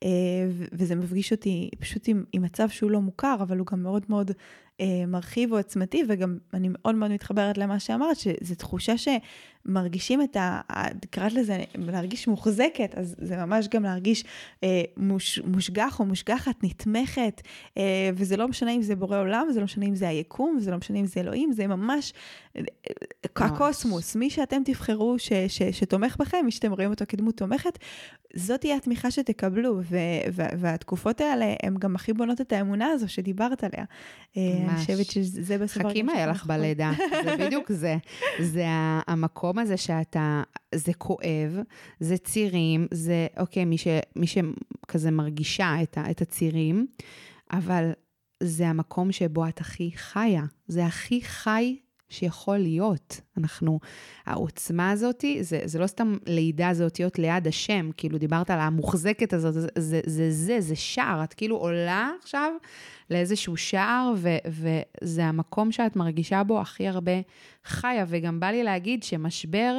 וזה מפגיש אותי פשוט עם, עם מצב שהוא לא מוכר, אבל הוא גם מאוד מאוד מרחיב או עצמתי, וגם אני מאוד מאוד מתחברת למה שאמרת, שזו תחושה שמרגישים את ה... קראת לזה, להרגיש מוחזקת, אז זה ממש גם להרגיש אה, מוש, מושגח או מושגחת, נתמכת, אה, וזה לא משנה אם זה בורא עולם, זה לא משנה אם זה היקום, וזה לא משנה אם זה אלוהים, זה ממש אה, הקוסמוס, מי שאתם תבחרו ש, ש, שתומך בכם, מי שאתם רואים אותו כדמות תומכת, זאת תהיה התמיכה שתקבלו, ו, ו, והתקופות האלה, הן גם הכי בונות את האמונה הזו שדיברת עליה. אני חושבת שזה בסופו. חכים היה לך בלידה, זה בדיוק זה. זה המקום הזה שאתה, זה כואב, זה צירים, זה, אוקיי, מי, ש, מי שכזה מרגישה את, את הצירים, אבל זה המקום שבו את הכי חיה, זה הכי חי שיכול להיות. אנחנו, העוצמה הזאת, זה, זה לא סתם לידה, זה אותיות ליד השם, כאילו דיברת על המוחזקת הזאת, זה זה, זה, זה, זה שער, את כאילו עולה עכשיו לאיזשהו שער, ו, וזה המקום שאת מרגישה בו הכי הרבה חיה, וגם בא לי להגיד שמשבר,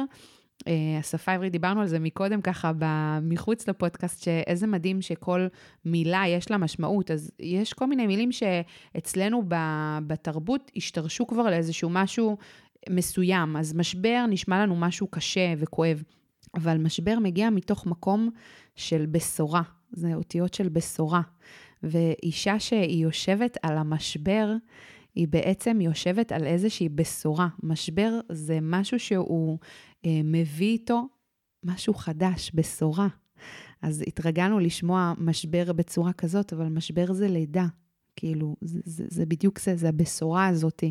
השפה העברית, דיברנו על זה מקודם ככה, מחוץ לפודקאסט, שאיזה מדהים שכל מילה יש לה משמעות, אז יש כל מיני מילים שאצלנו בתרבות השתרשו כבר לאיזשהו משהו מסוים, אז משבר נשמע לנו משהו קשה וכואב, אבל משבר מגיע מתוך מקום של בשורה, זה אותיות של בשורה, ואישה שהיא יושבת על המשבר, היא בעצם יושבת על איזושהי בשורה. משבר זה משהו שהוא אה, מביא איתו משהו חדש, בשורה. אז התרגלנו לשמוע משבר בצורה כזאת, אבל משבר זה לידה. כאילו, זה, זה, זה בדיוק זה, זה הבשורה הזאת.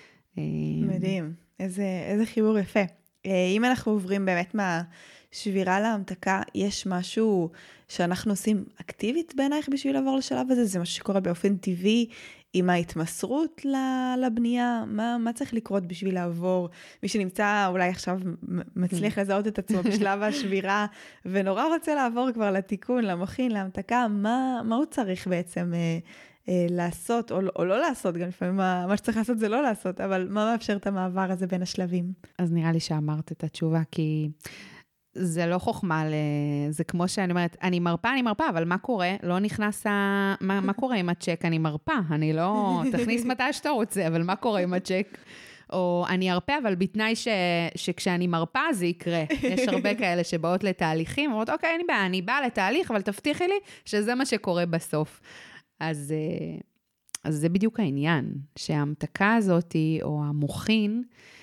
מדהים, איזה, איזה חיבור יפה. אם אנחנו עוברים באמת מהשבירה להמתקה, יש משהו שאנחנו עושים אקטיבית בעינייך בשביל לעבור לשלב הזה? זה משהו שקורה באופן טבעי, עם ההתמסרות לבנייה, מה, מה צריך לקרות בשביל לעבור? מי שנמצא אולי עכשיו מצליח לזהות את עצמו בשלב השבירה, ונורא רוצה לעבור כבר לתיקון, למכין, להמתקה, מה, מה הוא צריך בעצם אה, אה, לעשות, או, או לא לעשות, גם לפעמים מה, מה שצריך לעשות זה לא לעשות, אבל מה מאפשר את המעבר הזה בין השלבים? אז נראה לי שאמרת את התשובה, כי זה לא חוכמה, זה כמו שאני אומרת, אני מרפה, אני מרפה, אבל מה קורה? לא נכנס, ה... מה, מה קורה עם הצ'ק? אני מרפה, אני לא, תכניס מתי שאתה רוצה, אבל מה קורה עם הצ'ק? או אני ארפה, אבל בתנאי ש... שכשאני מרפה זה יקרה. יש הרבה כאלה שבאות לתהליכים, אומרות, אוקיי, אני באה, אני באה לתהליך, אבל תבטיחי לי שזה מה שקורה בסוף. אז, אז זה בדיוק העניין, שההמתקה הזאת, או המוכין,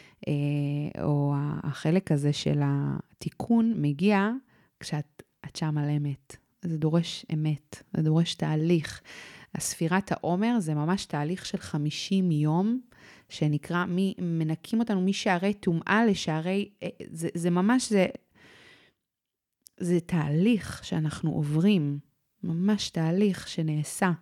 או החלק הזה של התיקון מגיע כשאת את שם על אמת. זה דורש אמת, זה דורש תהליך. הספירת העומר זה ממש תהליך של חמישים יום, שנקרא, מי, מנקים אותנו משערי טומאה לשערי, זה, זה ממש, זה, זה תהליך שאנחנו עוברים, ממש תהליך שנעשה.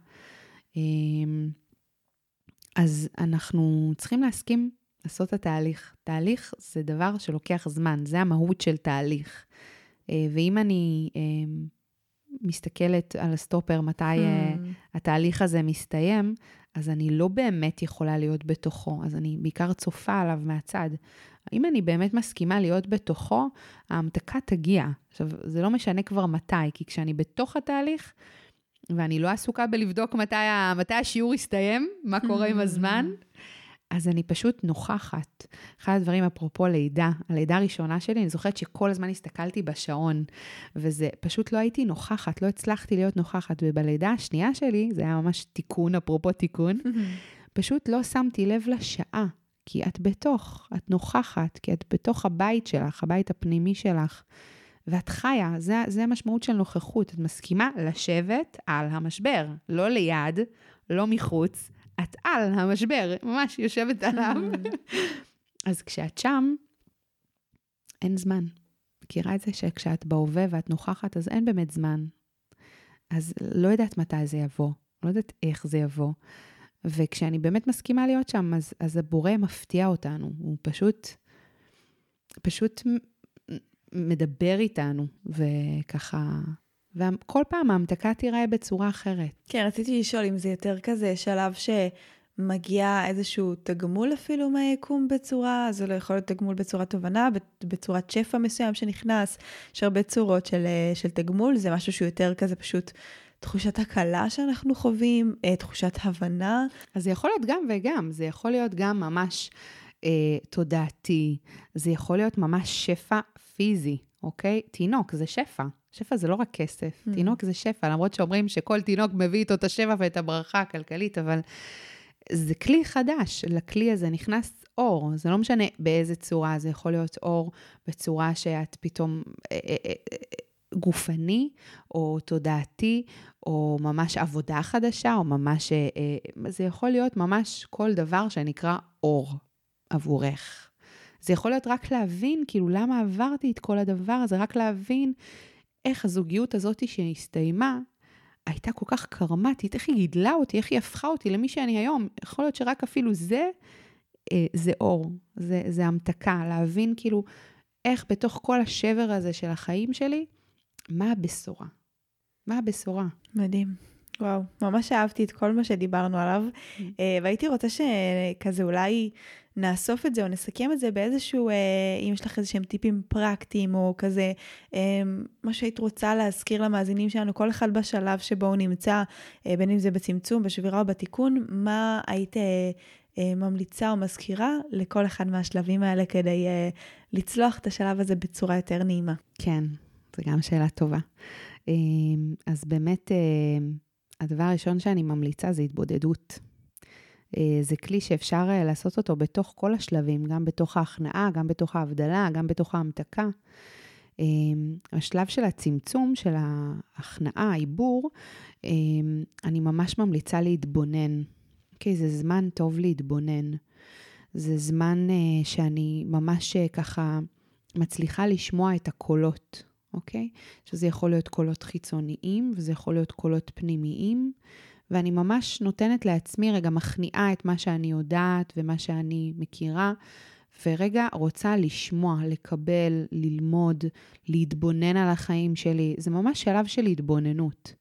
אז אנחנו צריכים להסכים לעשות את התהליך. תהליך זה דבר שלוקח זמן, זה המהות של תהליך. ואם אני מסתכלת על הסטופר, מתי התהליך הזה מסתיים, אז אני לא באמת יכולה להיות בתוכו, אז אני בעיקר צופה עליו מהצד. אם אני באמת מסכימה להיות בתוכו, ההמתקה תגיע. עכשיו, זה לא משנה כבר מתי, כי כשאני בתוך התהליך, ואני לא עסוקה בלבדוק מתי, מתי השיעור יסתיים, מה קורה עם הזמן, אז אני פשוט נוכחת. אחד הדברים, אפרופו לידה, הלידה הראשונה שלי, אני זוכרת שכל הזמן הסתכלתי בשעון, וזה פשוט לא הייתי נוכחת, לא הצלחתי להיות נוכחת, ובלידה השנייה שלי, זה היה ממש תיקון, אפרופו תיקון, פשוט לא שמתי לב לשעה, כי את בתוך, את נוכחת, כי את בתוך הבית שלך, הבית הפנימי שלך, ואת חיה, זה, זה המשמעות של נוכחות, את מסכימה לשבת על המשבר, לא ליד, לא מחוץ, את על המשבר, ממש יושבת עליו. אז כשאת שם, אין זמן. מכירה את זה שכשאת בהווה ואת נוכחת, אז אין באמת זמן. אז לא יודעת מתי זה יבוא, לא יודעת איך זה יבוא. וכשאני באמת מסכימה להיות שם, אז, אז הבורא מפתיע אותנו. הוא פשוט, פשוט מדבר איתנו, וככה, וכל פעם ההמתקה תיראה בצורה אחרת. כן, רציתי לשאול אם זה יותר כזה שלב שמגיע איזשהו תגמול אפילו מהיקום בצורה, זה לא יכול להיות תגמול בצורה תובנה, בצורת שפע מסוים שנכנס, יש הרבה צורות של, של תגמול, זה משהו שהוא יותר כזה פשוט תחושת הקלה שאנחנו חווים, תחושת הבנה. אז זה יכול להיות גם וגם, זה יכול להיות גם ממש אה, תודעתי, זה יכול להיות ממש שפע פיזי, אוקיי? תינוק זה שפע. שפע זה לא רק כסף, mm. תינוק זה שפע, למרות שאומרים שכל תינוק מביא איתו את השפע ואת הברכה הכלכלית, אבל זה כלי חדש, לכלי הזה נכנס אור, זה לא משנה באיזה צורה, זה יכול להיות אור בצורה שאת פתאום אה, אה, אה, גופני, או תודעתי, או ממש עבודה חדשה, או ממש, אה, אה, זה יכול להיות ממש כל דבר שנקרא אור עבורך. זה יכול להיות רק להבין, כאילו למה עברתי את כל הדבר הזה, רק להבין איך הזוגיות הזאת שהסתיימה, הייתה כל כך קרמטית, איך היא גידלה אותי, איך היא הפכה אותי למי שאני היום. יכול להיות שרק אפילו זה, זה אור, זה, זה המתקה, להבין כאילו איך בתוך כל השבר הזה של החיים שלי, מה הבשורה? מה הבשורה? מדהים. וואו, ממש אהבתי את כל מה שדיברנו עליו, והייתי רוצה שכזה אולי נאסוף את זה, או נסכם את זה באיזשהו, אם יש לך איזשהם טיפים פרקטיים, או כזה, מה שהיית רוצה להזכיר למאזינים שלנו, כל אחד בשלב שבו הוא נמצא, בין אם זה בצמצום, בשבירה או בתיקון, מה היית ממליצה או מזכירה לכל אחד מהשלבים האלה, כדי לצלוח את השלב הזה בצורה יותר נעימה? כן, זו גם שאלה טובה. אז באמת, הדבר הראשון שאני ממליצה זה התבודדות. זה כלי שאפשר לעשות אותו בתוך כל השלבים, גם בתוך ההכנעה, גם בתוך ההבדלה, גם בתוך ההמתקה. השלב של הצמצום, של ההכנעה, העיבור, אני ממש ממליצה להתבונן. אוקיי, זה זמן טוב להתבונן. זה זמן שאני ממש ככה מצליחה לשמוע את הקולות. אוקיי? שזה יכול להיות קולות חיצוניים, וזה יכול להיות קולות פנימיים, ואני ממש נותנת לעצמי רגע מכניעה את מה שאני יודעת ומה שאני מכירה, ורגע רוצה לשמוע, לקבל, ללמוד, להתבונן על החיים שלי. זה ממש שלב של התבוננות.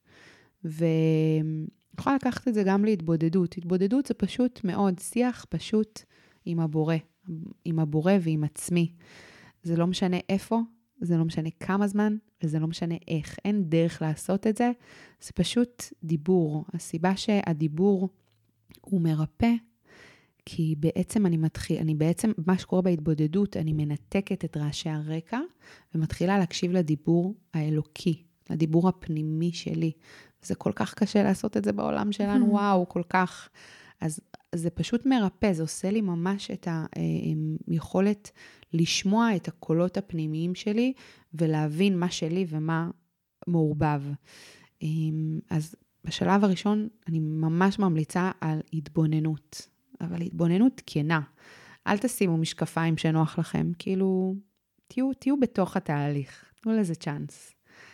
ואני יכולה לקחת את זה גם להתבודדות. התבודדות זה פשוט מאוד שיח פשוט עם הבורא, עם הבורא ועם עצמי. זה לא משנה איפה, זה לא משנה כמה זמן, וזה לא משנה איך. אין דרך לעשות את זה, זה פשוט דיבור. הסיבה שהדיבור הוא מרפא, כי בעצם אני מתחיל, אני בעצם, מה שקורה בהתבודדות, אני מנתקת את רעשי הרקע, ומתחילה להקשיב לדיבור האלוקי, לדיבור הפנימי שלי. זה כל כך קשה לעשות את זה בעולם שלנו, וואו, כל כך. אז זה פשוט מרפא, זה עושה לי ממש את היכולת לשמוע את הקולות הפנימיים שלי, ולהבין מה שלי ומה מעורבב. אז בשלב הראשון, אני ממש ממליצה על התבוננות, אבל התבוננות כנה. אל תשימו משקפיים שנוח לכם, כאילו, תהיו, תהיו בתוך התהליך, תנו לזה צ'אנס.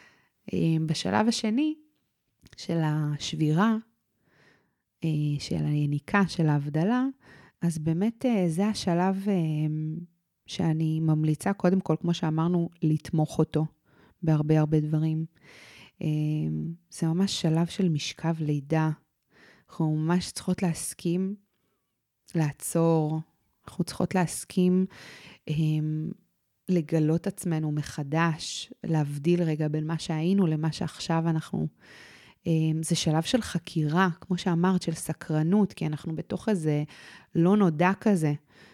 בשלב השני, של השבירה, של היניקה, של ההבדלה, אז באמת זה השלב שאני ממליצה, קודם כל, כמו שאמרנו, לתמוך אותו בהרבה הרבה דברים. זה ממש שלב של משכב לידה. אנחנו ממש צריכות להסכים, לעצור, אנחנו צריכות להסכים לגלות עצמנו מחדש, להבדיל רגע בין מה שהיינו למה שעכשיו אנחנו זה שלב של חקירה, כמו שאמרת, של סקרנות, כי אנחנו בתוך איזה לא נודע כזה.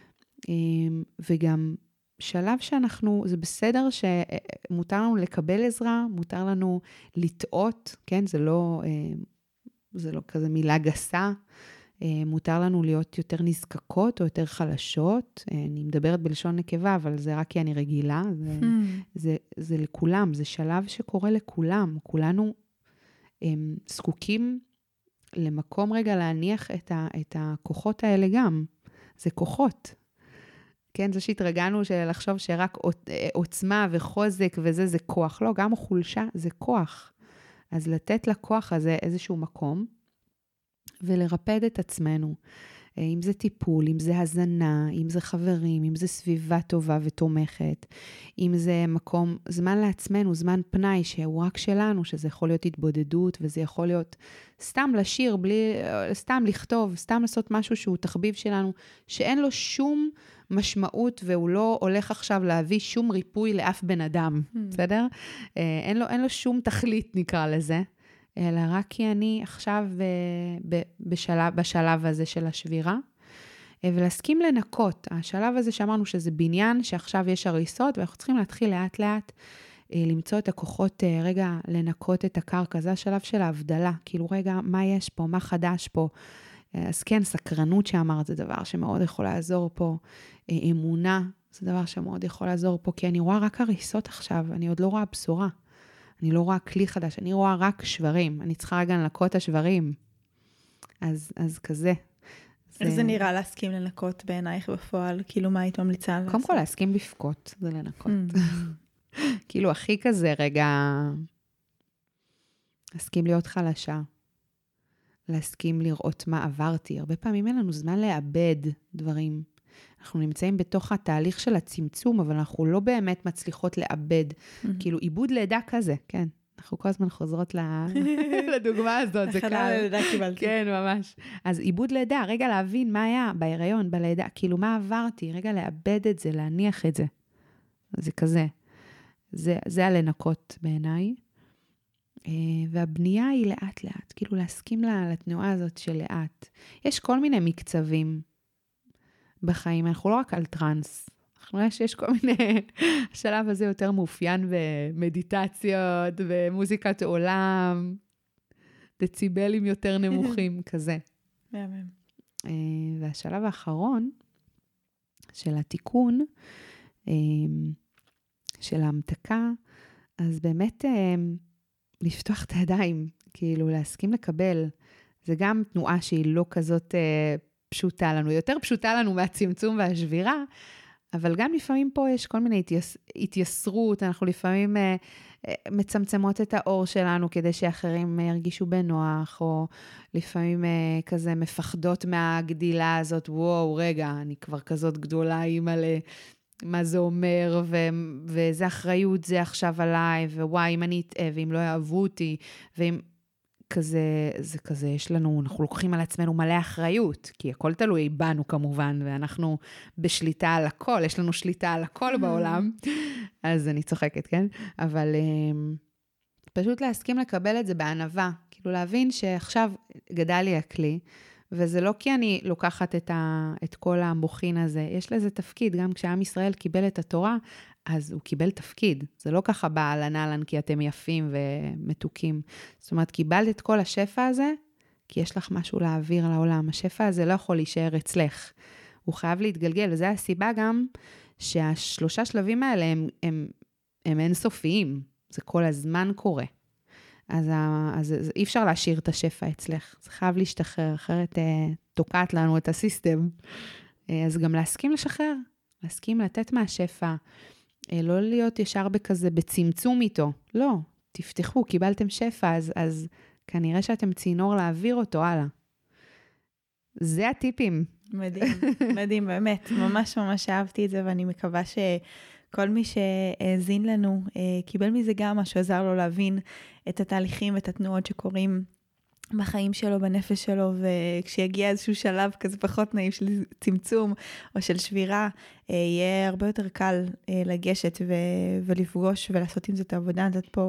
וגם שלב שאנחנו, זה בסדר שמותר לנו לקבל עזרה, מותר לנו לטעות, כן? זה לא, זה לא כזה מילה גסה. מותר לנו להיות יותר נזקקות או יותר חלשות. אני מדברת בלשון נקבה, אבל זה רק כי אני רגילה. זה, mm. זה, זה לכולם, זה שלב שקורה לכולם. כולנו הם, זקוקים למקום רגע להניח את, ה, את הכוחות האלה גם. זה כוחות. כן, זה שהתרגלנו לחשוב שרק עוצמה וחוזק וזה, זה כוח. לא, גם חולשה זה כוח. אז לתת לכוח הזה איזשהו מקום, ולרפד את עצמנו. אם זה טיפול, אם זה הזנה, אם זה חברים, אם זה סביבה טובה ותומכת, אם זה מקום, זמן לעצמנו, זמן פנאי שהוא רק שלנו, שזה יכול להיות התבודדות, וזה יכול להיות סתם לשיר, בלי, סתם לכתוב, סתם לעשות משהו שהוא תחביב שלנו, שאין לו שום משמעות, והוא לא הולך עכשיו להביא שום ריפוי לאף בן אדם, hmm. בסדר? אין לו, אין לו שום תכלית, נקרא לזה. אלא רק כי אני עכשיו בשלב, בשלב הזה של השבירה, ולהסכים לנקות. השלב הזה שאמרנו שזה בניין, שעכשיו יש הריסות, ואנחנו צריכים להתחיל לאט לאט, למצוא את הכוחות, רגע, לנקות את הקרקע. זה השלב של ההבדלה. כאילו, רגע, מה יש פה? מה חדש פה? אז כן, סקרנות שאמרת, זה דבר שמאוד יכול לעזור פה. אמונה, זה דבר שמאוד יכול לעזור פה, כי אני רואה רק הריסות עכשיו, אני עוד לא רואה בשורה. אני לא רואה כלי חדש, אני רואה רק שברים. אני צריכה רגע לנקות את השברים. אז, אז כזה. איך זה... זה נראה להסכים לנקות בעינייך בפועל? כאילו, מה היית ממליצה לעשות? קודם כל, להסכים לבכות, זה לנקות. כאילו, הכי כזה רגע, להסכים להיות חלשה. להסכים לראות מה עברתי. הרבה פעמים אין לנו זמן לאבד דברים. אנחנו נמצאים בתוך התהליך של הצמצום, אבל אנחנו לא באמת מצליחות לאבד. כאילו, עיבוד לידה כזה, כן. אנחנו כל הזמן חוזרות לדוגמה הזאת, זה קל. הכנה ללידה קיבלתי. כן, ממש. אז עיבוד לידה, רגע להבין מה היה בהיריון, בלידה, כאילו מה עברתי, רגע לאבד את זה, להניח את זה. זה כזה. זה, זה הלנקות בעיניי. והבנייה היא לאט לאט, כאילו להסכים לתנועה הזאת של לאט. יש כל מיני מקצבים בחיים, אנחנו לא רק על טרנס, אנחנו רואים שיש כל מיני, השלב הזה יותר מאופיין במדיטציות, ומוזיקת עולם, דציבלים יותר נמוכים, כזה. והשלב האחרון של התיקון, של ההמתקה, אז באמת לפתוח את הידיים, כאילו להסכים לקבל, זה גם תנועה שהיא לא כזאת פשוטה לנו, יותר פשוטה לנו מהצמצום והשבירה, אבל גם לפעמים פה יש כל מיני התייס, התייסרות, אנחנו לפעמים אה, אה, מצמצמות את האור שלנו כדי שאחרים ירגישו בנוח, או לפעמים אה, כזה מפחדות מהגדילה הזאת, וואו, רגע, אני כבר כזאת גדולה, אימא ל... מה זה אומר, ו- ואיזה אחריות זה עכשיו עליי, ווואי, אם אני אתאה, ואם לא יאהבו אותי, ואם... כזה, זה כזה, יש לנו, אנחנו לוקחים על עצמנו מלא אחריות, כי הכל תלוי בנו כמובן, ואנחנו בשליטה על הכל, יש לנו שליטה על הכל בעולם, אז אני צוחקת, כן? אבל פשוט להסכים לקבל את זה בענווה, כאילו להבין שעכשיו גדל לי הכלי, וזה לא כי אני לוקחת את, ה, את כל המוחין הזה, יש לזה תפקיד, גם כשעם ישראל קיבל את התורה, אז הוא קיבל תפקיד. זה לא ככה בא על הנעלן, כי אתם יפים ומתוקים. זאת אומרת, קיבלת את כל השפע הזה, כי יש לך משהו להעביר לעולם. השפע הזה לא יכול להישאר אצלך. הוא חייב להתגלגל, וזו הסיבה גם שהשלושה שלבים האלה הם, הם, הם אינסופיים. זה כל הזמן קורה. אז, אז, אז אי אפשר להשאיר את השפע אצלך. זה חייב להשתחרר, אחרת אה, תוקעת לנו את הסיסטם. אה, אז גם להסכים לשחרר, להסכים לתת מהשפע, אה, לא להיות ישר בכזה, בצמצום איתו. לא, תפתחו, קיבלתם שפע, אז, אז כנראה שאתם צינור להעביר אותו הלאה. זה הטיפים. מדהים, מדהים, באמת. ממש ממש אהבתי את זה, ואני מקווה ש... כל מי שהאזין לנו, קיבל מזה גם מה שעזר לו להבין את התהליכים ואת התנועות שקורים בחיים שלו, בנפש שלו, וכשיגיע איזשהו שלב כזה פחות נעים של צמצום או של שבירה, יהיה הרבה יותר קל לגשת ו- ולפגוש ולעשות עם זה את העבודה. נתת פה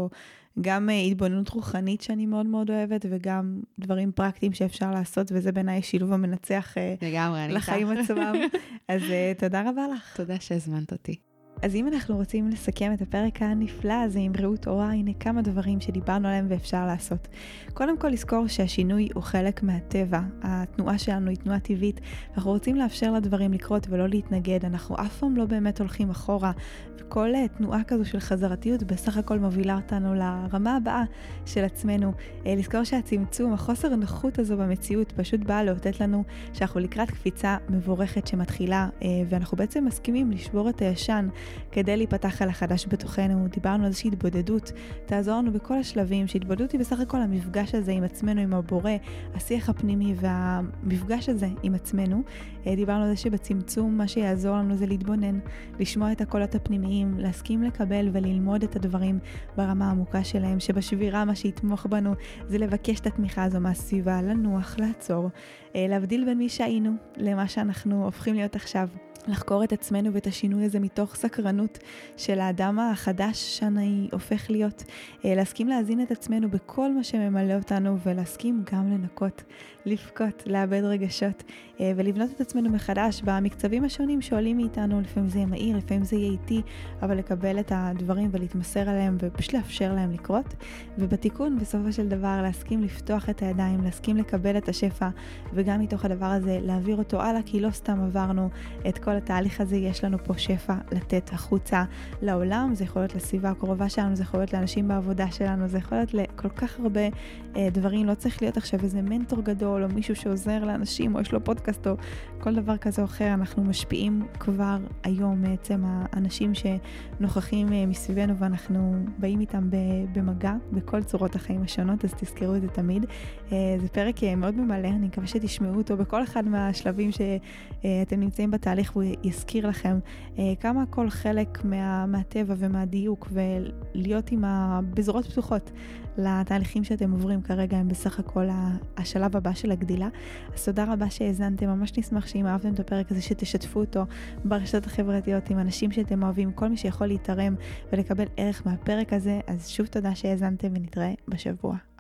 גם התבוננות רוחנית שאני מאוד מאוד אוהבת, וגם דברים פרקטיים שאפשר לעשות, וזה בעיניי שילוב המנצח לגמרי, לחיים עצמם. אז תודה רבה לך. תודה שהזמנת אותי. אז אם אנחנו רוצים לסכם את הפרק הנפלא הזה עם רעות אורה, הנה כמה דברים שדיברנו עליהם ואפשר לעשות. קודם כל לזכור שהשינוי הוא חלק מהטבע, התנועה שלנו היא תנועה טבעית, אנחנו רוצים לאפשר לדברים לקרות ולא להתנגד, אנחנו אף פעם לא באמת הולכים אחורה, וכל תנועה כזו של חזרתיות בסך הכל מובילה אותנו לרמה הבאה של עצמנו. לזכור שהצמצום, החוסר הנוחות הזו במציאות פשוט באה לאותת לנו שאנחנו לקראת קפיצה מבורכת שמתחילה, ואנחנו בעצם מסכימים לשבור את הישן, כדי להיפתח על החדש בתוכנו. דיברנו על איזושהי התבודדות, תעזור לנו בכל השלבים, שהתבודדות היא בסך הכל המפגש הזה עם עצמנו, עם הבורא, השיח הפנימי והמפגש הזה עם עצמנו. דיברנו על זה שבצמצום מה שיעזור לנו זה להתבונן, לשמוע את הקולות הפנימיים, להסכים לקבל וללמוד את הדברים ברמה העמוקה שלהם, שבשבירה מה שיתמוך בנו זה לבקש את התמיכה הזו מהסביבה, לנוח, לעצור, להבדיל בין מי שהיינו למה שאנחנו הופכים להיות עכשיו. לחקור את עצמנו ואת השינוי הזה מתוך סקרנות של האדם החדש שאני הופך להיות, להסכים להזין את עצמנו בכל מה שממלא אותנו, ולהסכים גם לנקות, לפקות, לאבד רגשות, ולבנות את עצמנו מחדש במקצבים השונים שעולים מאיתנו. לפעמים זה יהיה מהיר, לפעמים זה יהיה איטי, אבל לקבל את הדברים ולהתמסר עליהם ופשוט לאפשר להם לקרות. ובתיקון בסופו של דבר להסכים לפתוח את הידיים, להסכים לקבל את השפע, וגם מתוך הדבר הזה להעביר אותו הלאה, כי לא סתם עברנו את כל התהליך הזה, יש לנו פה שפע לתת החוצה לעולם, זה יכול להיות לסביבה הקרובה שלנו, זה יכול להיות לאנשים בעבודה שלנו, זה יכול להיות לכל כך הרבה אה, דברים. לא צריך להיות עכשיו איזה מנטור גדול, או מישהו שעוזר לאנשים, או יש לו פודקאסט, או כל דבר כזה או אחר. אנחנו משפיעים כבר היום מעצם האנשים שנוכחים אה, מסביבנו, ואנחנו באים איתם במגע, בכל צורות החיים השונות, אז תזכרו את זה תמיד. אה, זה פרק אה, מאוד ממלא, אני מקווה שתשמעו אותו בכל אחד מהשלבים שאתם נמצאים בתהליך, והוא יזכיר לכם אה, כמה כל חלק מה, מהטבע ומהדיוק, ולהיות עם הבזרועות פתוחות לתהליכים שאתם עוברים כרגע, הם בסך הכל השלב הבא של הגדילה. אז תודה רבה שהאזנתם, ממש נשמח שאם אהבתם את הפרק הזה שתשתפו אותו ברשתות החברתיות עם אנשים שאתם אוהבים, כל מי שיכול להתערם ולקבל ערך מהפרק הזה. אז שוב תודה שהאזנתם, ונתראה בשבוע.